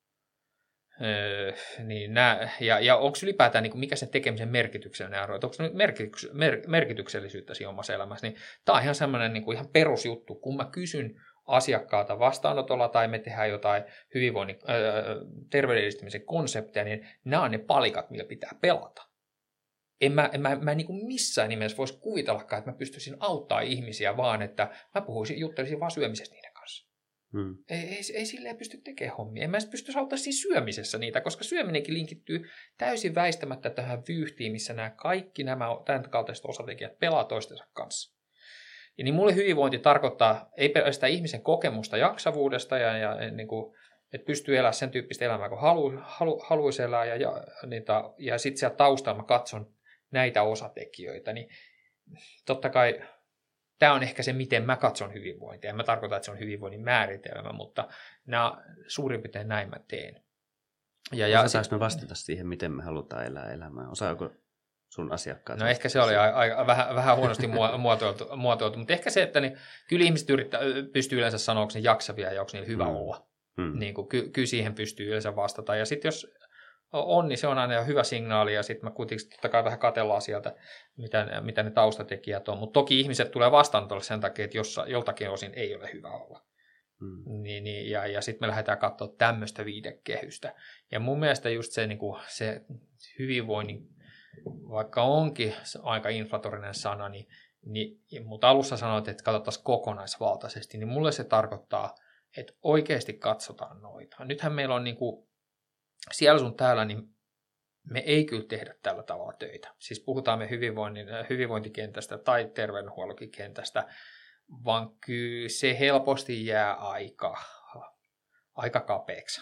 Ja onko ylipäätään, niin mikä sen tekemisen merkityksellinen arvo, onko se merkityksellisyyttä siinä omassa elämässä, niin tämä on ihan semmoinen niin kuin ihan perusjuttu, kun mä kysyn asiakkaalta vastaanotolla tai me tehdään jotain hyvinvoinnin, terveyden edistämisen konsepteja, niin nämä on ne palikat, millä pitää pelata. Mä niin kuin missään nimessä voisi kuvitellakaan, että mä pystyisin auttamaan ihmisiä, vaan että mä juttelisin vaan syömisestä niiden kanssa. Ei silleen pysty tekemään hommia. En mä pysty auttamaan siinä syömisessä niitä, koska syöminenkin linkittyy täysin väistämättä tähän vyyhtiin, missä kaikki nämä tämän kaltaiset osatekijät pelaa toistensa kanssa. Ja niin mulle hyvinvointi tarkoittaa ei pelkästään ihmisen kokemusta jaksavuudesta ja niin kuin, että pystyy elämään sen tyyppistä elämää, kun haluaisi elää ja sitten siellä taustalla mä katson näitä osatekijöitä, niin totta kai tämä on ehkä se, miten mä katson hyvinvointia. En mä tarkoita, että se on hyvinvoinnin määritelmä, mutta suurin piirtein näin mä teen. Osataanko me vastata siihen, miten me halutaan elää elämää? Osaako sun asiakkaat? No ehkä se oli vähän huonosti muotoiltu, mutta ehkä se, että kyllä ihmiset pystyy yleensä sanoa, onko ne jaksavia ja onko niillä hyvä olla. Niin kyllä siihen pystyy yleensä vastata. Ja sitten jos on, niin se on aina hyvä signaali, ja sitten mä kuitenkin totta kai vähän katsellaan sieltä, mitä ne taustatekijät on. Mutta toki ihmiset tulee vastaanotolle sen takia, että joltakin osin ei ole hyvä olla. Ja sitten me lähdetään katsoa tämmöistä viitekehystä. Ja mun mielestä just se, niin kuin se hyvinvoinnin, vaikka onkin aika inflatorinen sana, mutta alussa sanoit, että katsottaisiin kokonaisvaltaisesti, niin mulle se tarkoittaa, että oikeasti katsotaan noita. Nythän meillä on niin kuin siellä sun täällä, niin me ei kyllä tehdä tällä tavalla töitä. Siis puhutaan me hyvinvointikentästä tai terveydenhuollonkin kentästä, vaan kyllä se helposti jää aika kapeaksi.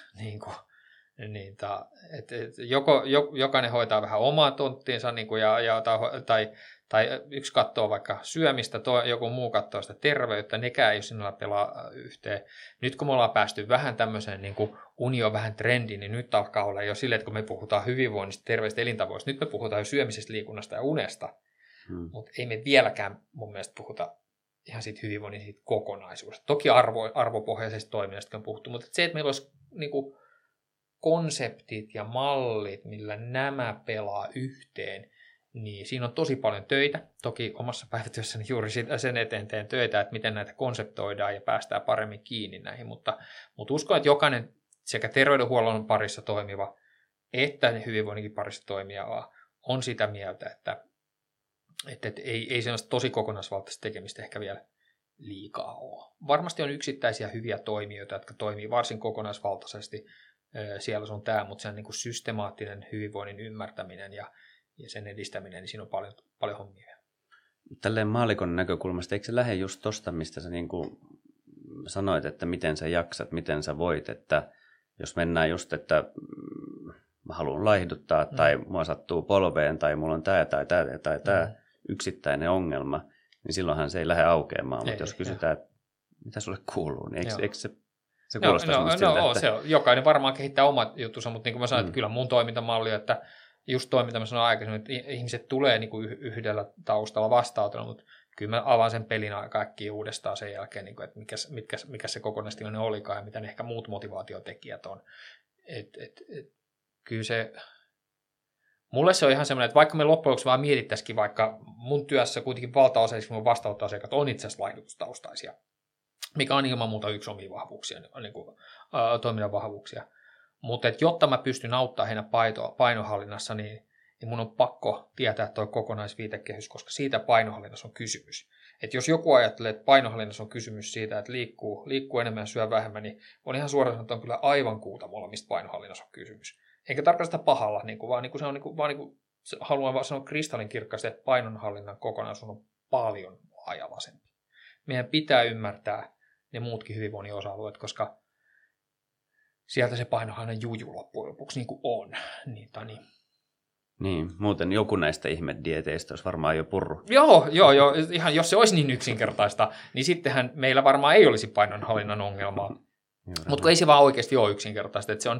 Jokainen hoitaa vähän omaa tonttiinsa, niin kuin, tai yksi katsoo vaikka syömistä, joku muu katsoo sitä terveyttä, nekään ei ole sinulla pelaa yhteen. Nyt kun me ollaan päästy vähän tämmöiseen, niin kuin uni on vähän trendi, niin nyt alkaa olla jo silleen, että kun me puhutaan hyvinvoinnista, terveistä elintavoista, nyt me puhutaan jo syömisestä, liikunnasta ja unesta, mutta ei me vieläkään mun mielestä puhuta ihan siitä hyvinvoinnin siitä kokonaisuudesta. Toki arvopohjaisesta toiminnasta on puhuttu, mutta se, että meillä olisi niin kuin konseptit ja mallit, millä nämä pelaa yhteen, niin siinä on tosi paljon töitä. Toki omassa päivätyössäni juuri sen eteen teen töitä, että miten näitä konseptoidaan ja päästään paremmin kiinni näihin, mutta uskon, että jokainen sekä terveydenhuollon parissa toimiva että hyvinvoinninkin parissa toimiva on sitä mieltä, että ei sellaista tosi kokonaisvaltaista tekemistä ehkä vielä liikaa ole. Varmasti on yksittäisiä hyviä toimijoita, jotka toimii varsin kokonaisvaltaisesti siellä sun tää, mutta se on niin kuin systemaattinen hyvinvoinnin ymmärtäminen ja sen edistäminen, niin siinä on paljon hommia. Tälleen maallikon näkökulmasta, eikö se lähde just tosta, mistä sä niin kuin sanoit, että miten sä jaksat, miten sä voit, että jos mennään just, että mä haluan laihduttaa tai mua sattuu polveen tai mulla on tämä yksittäinen ongelma, niin silloinhan se ei lähde aukeamaan, mutta jos kysytään, että mitä sulle kuuluu, niin eikö se kuulostaa semmoista siltä, että... se on. Jokainen varmaan kehittää omat juttunsa, mutta niin kuin mä sanoin, että kyllä mun toimintamalli, että just toi, mitä mä sanoin aikaisemmin, että ihmiset tulee niin kuin yhdellä taustalla vastaanotolla, mutta kyllä mä avaan sen pelin aika äkkiä uudestaan sen jälkeen, niin kuin, että mikä se kokonaistilanne olikaan ja mitä ne ehkä muut motivaatiotekijät on. Kyllä se... Mulle se on ihan semmoinen, että vaikka me loppujen lopuksi vaan mietittäisikin, vaikka mun työssä kuitenkin valtaosa mun vastaanottoasiakkaat on itse asiassa laihdutustaustaisia, mikä on ilman muuta yksi omia vahvuuksia, niin kuin, toiminnan vahvuuksia. Mutta jotta mä pystyn auttamaan heidän painohallinnassa, niin mun on pakko tietää tuo kokonaisviitekehys, koska siitä painohallinnassa on kysymys. Et jos joku ajattelee, että painohallinnassa on kysymys siitä, että liikkuu enemmän ja syö vähemmän, niin on ihan suoraan sanottuna, että on kyllä aivan kuutamolla, mistä painohallinnassa on kysymys. Enkä tarkoita sitä pahalla, vaan haluan vaan sanoa kristallinkirkkaasti, että painonhallinnan kokonaisuus on paljon hajalaisempi. Meidän pitää ymmärtää ne muutkin hyvinvoinnin osa-alueet, koska sieltä se painohan aina juju loppujen lopuksi niin kuin on. Niin, muuten joku näistä ihmedieteistä olisi varmaan jo purru. Joo, ihan jos se olisi niin yksinkertaista, niin sittenhän meillä varmaan ei olisi painonhallinnan ongelmaa. Mutta ei se vaan oikeasti ole yksinkertaista, että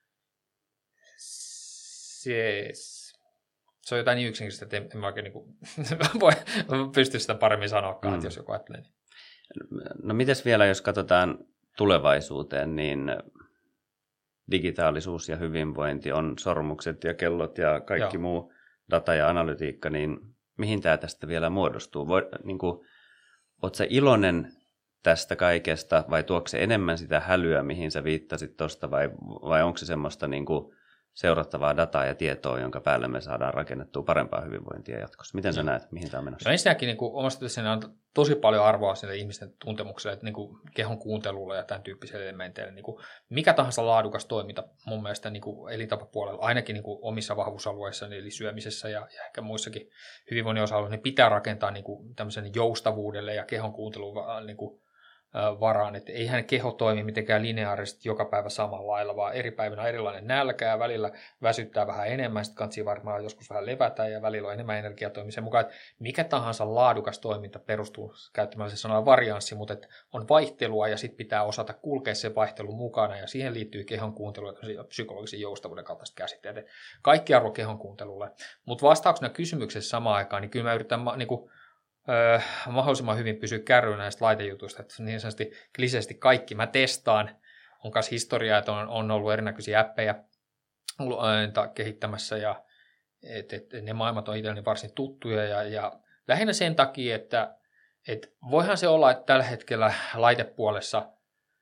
se on jotain niin yksinkertaista, että en mä oikein voi pysty sitä paremmin sanoakaan, että jos joku ajattelee. No mites vielä, jos katsotaan tulevaisuuteen, niin digitaalisuus ja hyvinvointi on sormukset ja kellot ja kaikki muu data ja analytiikka, niin mihin tämä tästä vielä muodostuu? Oletko sä iloinen tästä kaikesta vai tuoko se enemmän sitä hälyä, mihin sä viittasit tuosta vai onko se semmoista niin kuin seurattavaa dataa ja tietoa, jonka päälle me saadaan rakennettua parempaa hyvinvointia jatkossa? Miten sä näet, mihin tämä on menossa? No ensinnäkin niin omasta työssäni on tosi paljon arvoa sille ihmisten tuntemukselle, että niin kuin kehon kuuntelulle ja tämän tyyppiselle elementeille. Niin kuin mikä tahansa laadukas toiminta mun mielestä niin kuin elintapapuolella, ainakin niin kuin omissa vahvuusalueissa, eli syömisessä ja ehkä muissakin hyvinvoinnin osa-alueilla, niin pitää rakentaa niin kuin tämmöisen joustavuudelle ja kehon kuuntelun niin kuin varaan, että eihän keho toimi mitenkään lineaarisesti joka päivä samalla lailla, vaan eri päivinä erilainen nälkä ja välillä väsyttää vähän enemmän, sitten kansi varmaan joskus vähän levätä ja välillä on enemmän energiaa toimimisen mukaan, että mikä tahansa laadukas toiminta perustuu käyttämällä se sanalla varianssi, mutta että on vaihtelua ja sitten pitää osata kulkea se vaihtelu mukana ja siihen liittyy kehon kuuntelu ja psykologisen joustavuuden kaltaiset käsitteet. Että kaikki arvo kehon kuuntelulle, mutta vastauksena kysymyksessä samaan aikaan, niin kyllä mä yritän mahdollisimman hyvin pysyä kärryillä näistä laitejutuista, että niin sanotusti kliseisesti kaikki mä testaan. On myös historiaa, että on ollut erinäköisiä appeja kehittämässä ja ne maailmat on itselleni varsin tuttuja ja lähinnä sen takia, että voihan se olla, että tällä hetkellä laitepuolessa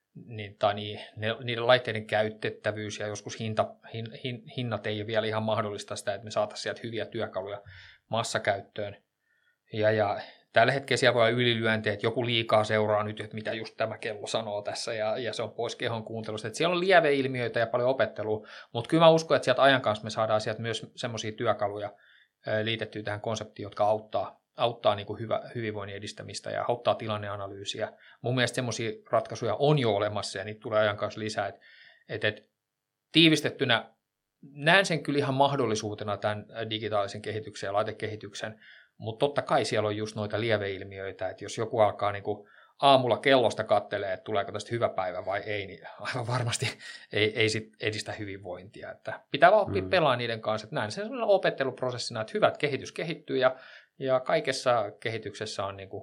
niiden laitteiden käytettävyys ja joskus hinnat ei ole vielä ihan mahdollista sitä, että me saataisiin sieltä hyviä työkaluja massakäyttöön. Ja tällä hetkellä siellä voi olla ylilyöntejä, että joku liikaa seuraa nyt, että mitä just tämä kello sanoo tässä, ja se on pois kehon kuuntelusta. Että siellä on lieveilmiöitä ja paljon opettelua, mutta kyllä mä uskon, että sieltä ajan kanssa me saadaan sieltä myös semmoisia työkaluja liitettyä tähän konseptiin, jotka auttaa niin kuin hyvinvoinnin edistämistä ja auttaa tilanneanalyysiä. Mun mielestä semmoisia ratkaisuja on jo olemassa, ja niitä tulee ajan kanssa lisää. Että tiivistettynä näen sen kyllä ihan mahdollisuutena tämän digitaalisen kehityksen ja laitekehityksen, mutta totta kai siellä on just noita lieveilmiöitä, että jos joku alkaa niin kuin aamulla kellosta kattelee, että tuleeko tästä hyvä päivä vai ei, niin aivan varmasti ei sit edistä hyvinvointia. Että pitää vaan oppia pelaamaan niiden kanssa, että näin sen opetteluprosessina, että hyvät kehitys kehittyy ja kaikessa kehityksessä on niin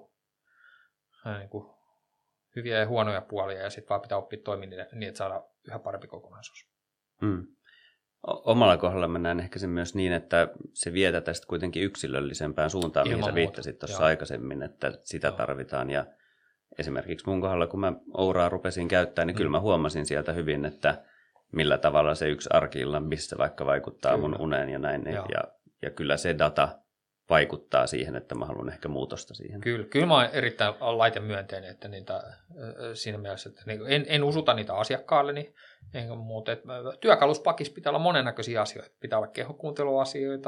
kuin hyviä ja huonoja puolia ja sitten vaan pitää oppia toimia niin, että saadaan yhä parempi kokonaisuus. Omalla kohdalla mä näen ehkä sen myös niin, että se vie tästä kuitenkin yksilöllisempään suuntaan, mihin sä viittasit tuossa aikaisemmin, että sitä tarvitaan. Ja esimerkiksi mun kohdalla, kun mä Ouraa rupesin käyttämään, niin kyllä mä huomasin sieltä hyvin, että millä tavalla se yksi arki-illan missä vaikka vaikuttaa mun uneen ja näin. Ja kyllä se data vaikuttaa siihen, että mä haluan ehkä muutosta siihen. Kyllä mä oon erittäin laitemyönteinen, että siinä mielessä, että en usuta niitä asiakkaalleni, mutta työkaluspakissa pitää olla monennäköisiä asioita. Pitää olla kehokuunteluasioita,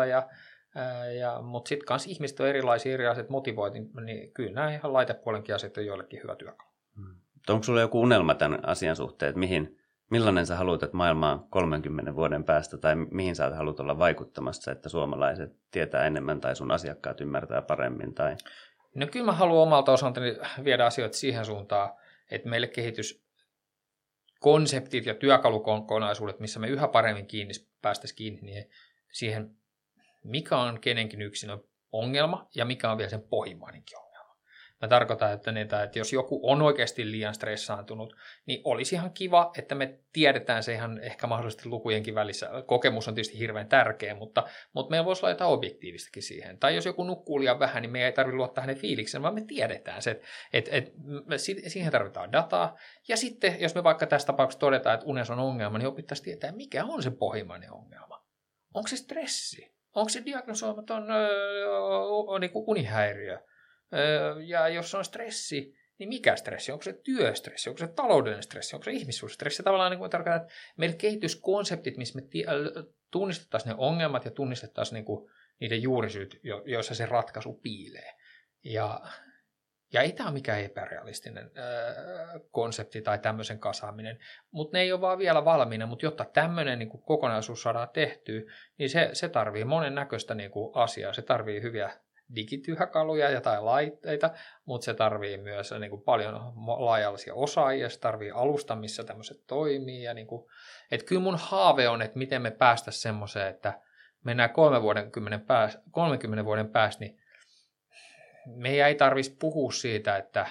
mutta sitten kanssa ihmiset on erilaiset motivoitit, niin kyllä nämä ihan laitepuolenkin asiat on joillekin hyvä työkalu. Onko sulla joku unelma tämän asian suhteen, että millainen sä haluat, että maailma on 30 vuoden päästä, tai mihin sä haluat olla vaikuttamassa, että suomalaiset tietää enemmän tai sun asiakkaat ymmärtää paremmin? Tai... No kyllä mä haluan omalta osaltani viedä asioita siihen suuntaan, että meille kehityskonseptit ja työkalukokonaisuudet, missä me yhä paremmin päästäisiin kiinni niin siihen, mikä on kenenkin yksilön ongelma ja mikä on vielä sen pohjimmainenkin ongelma. Mä tarkoitan, että jos joku on oikeasti liian stressaantunut, niin olisi ihan kiva, että me tiedetään se ihan ehkä mahdollisesti lukujenkin välissä. Kokemus on tietysti hirveän tärkeä, mutta meillä voisi olla jotain objektiivistakin siihen. Tai jos joku nukkuu liian vähän, niin me ei tarvitse luottaa hänen fiiliksen, vaan me tiedetään se, että siihen tarvitaan dataa. Ja sitten, jos me vaikka tässä tapauksessa todetaan, että unessa on ongelma, niin opittaisiin tietää, mikä on se pohjimmainen ongelma. Onko se stressi? Onko se diagnosoimaton niin kuin unihäiriö? Ja jos on stressi, niin mikä stressi? Onko se työstressi? Onko se taloudellinen stressi? Onko se ihmissuhdestressi? Tavallaan niin kuin tarkoittaa, että meillä kehityskonseptit, missä me tunnistettaisiin ne ongelmat ja tunnistettaisiin niin kuin niiden juurisyyt, joissa se ratkaisu piilee. Ja Ja ei tämä ole mikään epärealistinen konsepti tai tämmöisen kasaaminen, mutta ne ei ole vaan vielä valmiina, mutta jotta tämmöinen niin kuin kokonaisuus saadaan tehtyä, niin se tarvii monennäköistä niin kuin asiaa. Se tarvii hyviä digityökaluja ja tai laitteita, mutta se tarvii myös niin kuin paljon laaja-alaisia osaajia, se tarvii alusta, missä tämmöiset toimii. Ja niin kuin, että kyllä mun haave on, että miten me päästäisiin semmoiseen, että mennään 30 vuoden päästä, niin meidän ei tarvitsisi puhua siitä, että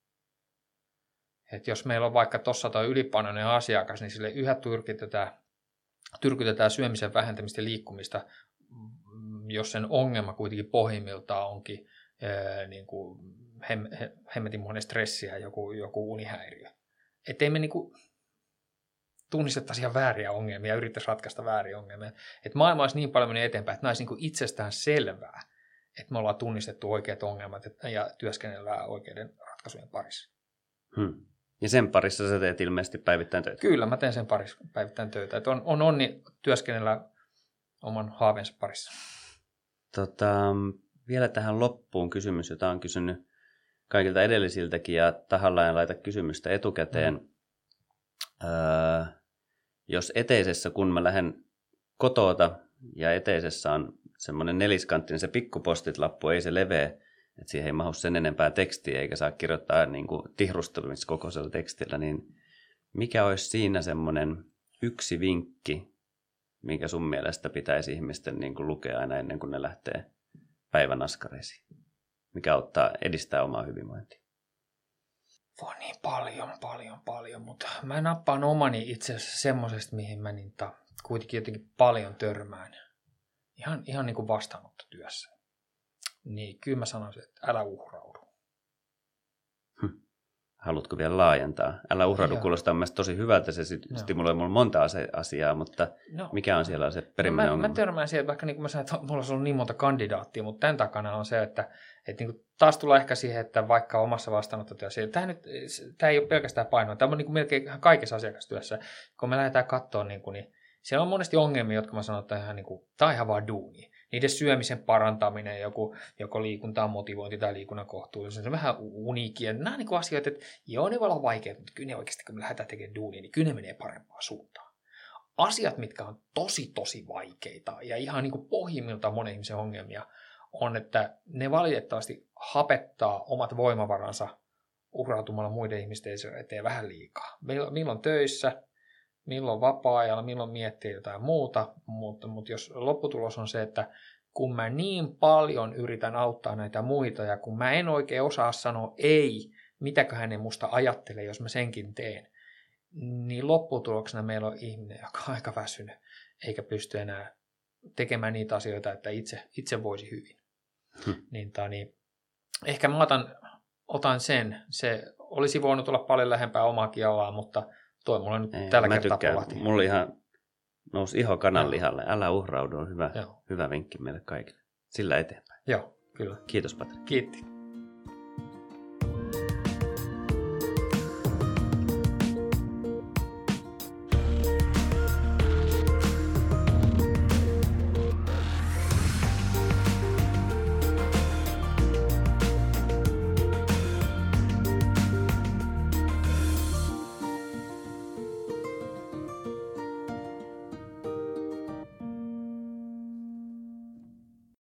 jos meillä on vaikka tuossa toi ylipainoinen asiakas, niin sille yhä tyrkytetään syömisen vähentämistä ja liikkumista, jos sen ongelma kuitenkin pohjimmiltaan onkin niin kuin hemmetinmoinen stressi ja joku unihäiriö. Että ei me niin kuin tunnistettaisiin ihan vääriä ongelmia ja yrittäisiin ratkaista vääriä ongelmia. Että maailma olisi niin paljon mennyt eteenpäin, että nämä olisi niin kuin itsestään selvää, että me ollaan tunnistettu oikeat ongelmat ja työskennellään oikeiden ratkaisujen parissa. Ja sen parissa sä teet ilmeisesti päivittäin töitä? Kyllä, mä teen sen parissa päivittäin töitä. Että on onni työskennellä oman haaveensa parissa. Vielä tähän loppuun kysymys, jota on kysynyt kaikilta edellisiltäkin ja tahallaan laita kysymystä etukäteen. Jos eteisessä, kun mä lähden kotoota ja eteisessä on semmoinen neliskanttinen se pikkupostit-lappu, ei se leveä, että siihen ei mahdu sen enempää tekstiä eikä saa kirjoittaa niin kuin tihrustelumiskokoisella tekstillä, niin mikä olisi siinä semmoinen yksi vinkki, minkä sun mielestä pitäisi ihmisten niin kuin lukea aina ennen kuin ne lähtee päivän askareisiin? Mikä auttaa edistää omaa hyvinvointia? Voi niin paljon, mutta mä nappaan omani itse asiassa semmoisesta, mihin mä kuitenkin jotenkin paljon törmään. Ihan niin kuin vastaanottotyössä. Niin kyllä mä sanoisin, että älä uhraudu. Haluatko vielä laajentaa? Älä uhraudu kuulostaa mielestäni tosi hyvältä, se stimuloi mulle monta asiaa, mutta mikä on siellä se perimmäinen ongelma? Mä törmään siihen, vaikka niin kuin mä sanoin, että mulla on ollut niin monta kandidaattia, mutta tämän takana on se, että niin kuin taas tulee ehkä siihen, että vaikka omassa vastaanottotyössä, tämä ei ole pelkästään painoa, tämä on niin kuin melkein kaikessa asiakastyössä, kun me lähdetään katsoa, niin siellä on monesti ongelmia, jotka mä sanon, että tämä on ihan vaan duuni. Niiden syömisen parantaminen, joko liikuntaa, motivointi tai liikunnan kohtuullisuus, se on vähän uniikkia. Nämä on niin asioita, että joo, ne voi olla vaikeita, mutta kyllä ne oikeasti, kun me lähdetään tekemään duunia, niin kyllä ne menee parempaan suuntaan. Asiat, mitkä on tosi vaikeita ja ihan niin kuin pohjimmiltaan monen ihmisen ongelmia, on, että ne valitettavasti hapettaa omat voimavaransa uhrautumalla muiden ihmisten eteen vähän liikaa. Milloin töissä, milloin vapaa-ajalla, milloin miettii jotain muuta, mutta jos lopputulos on se, että kun mä niin paljon yritän auttaa näitä muita ja kun mä en oikein osaa sanoa ei, mitäköhän ne musta ajattelee, jos mä senkin teen, niin lopputuloksena meillä on ihminen, joka on aika väsynyt, eikä pysty enää tekemään niitä asioita, että itse voisi hyvin. Niin, ehkä mä otan sen. Se olisi voinut olla paljon lähempää omaakin alaa, mutta toi mulla nyt tällä kertaa polahti. Mulla ihan nousi iho kananlihalle. Älä uhraudu, on hyvä vinkki meille kaikille. Sillä eteenpäin. Joo, kyllä. Kiitos, Patrik. Kiitti.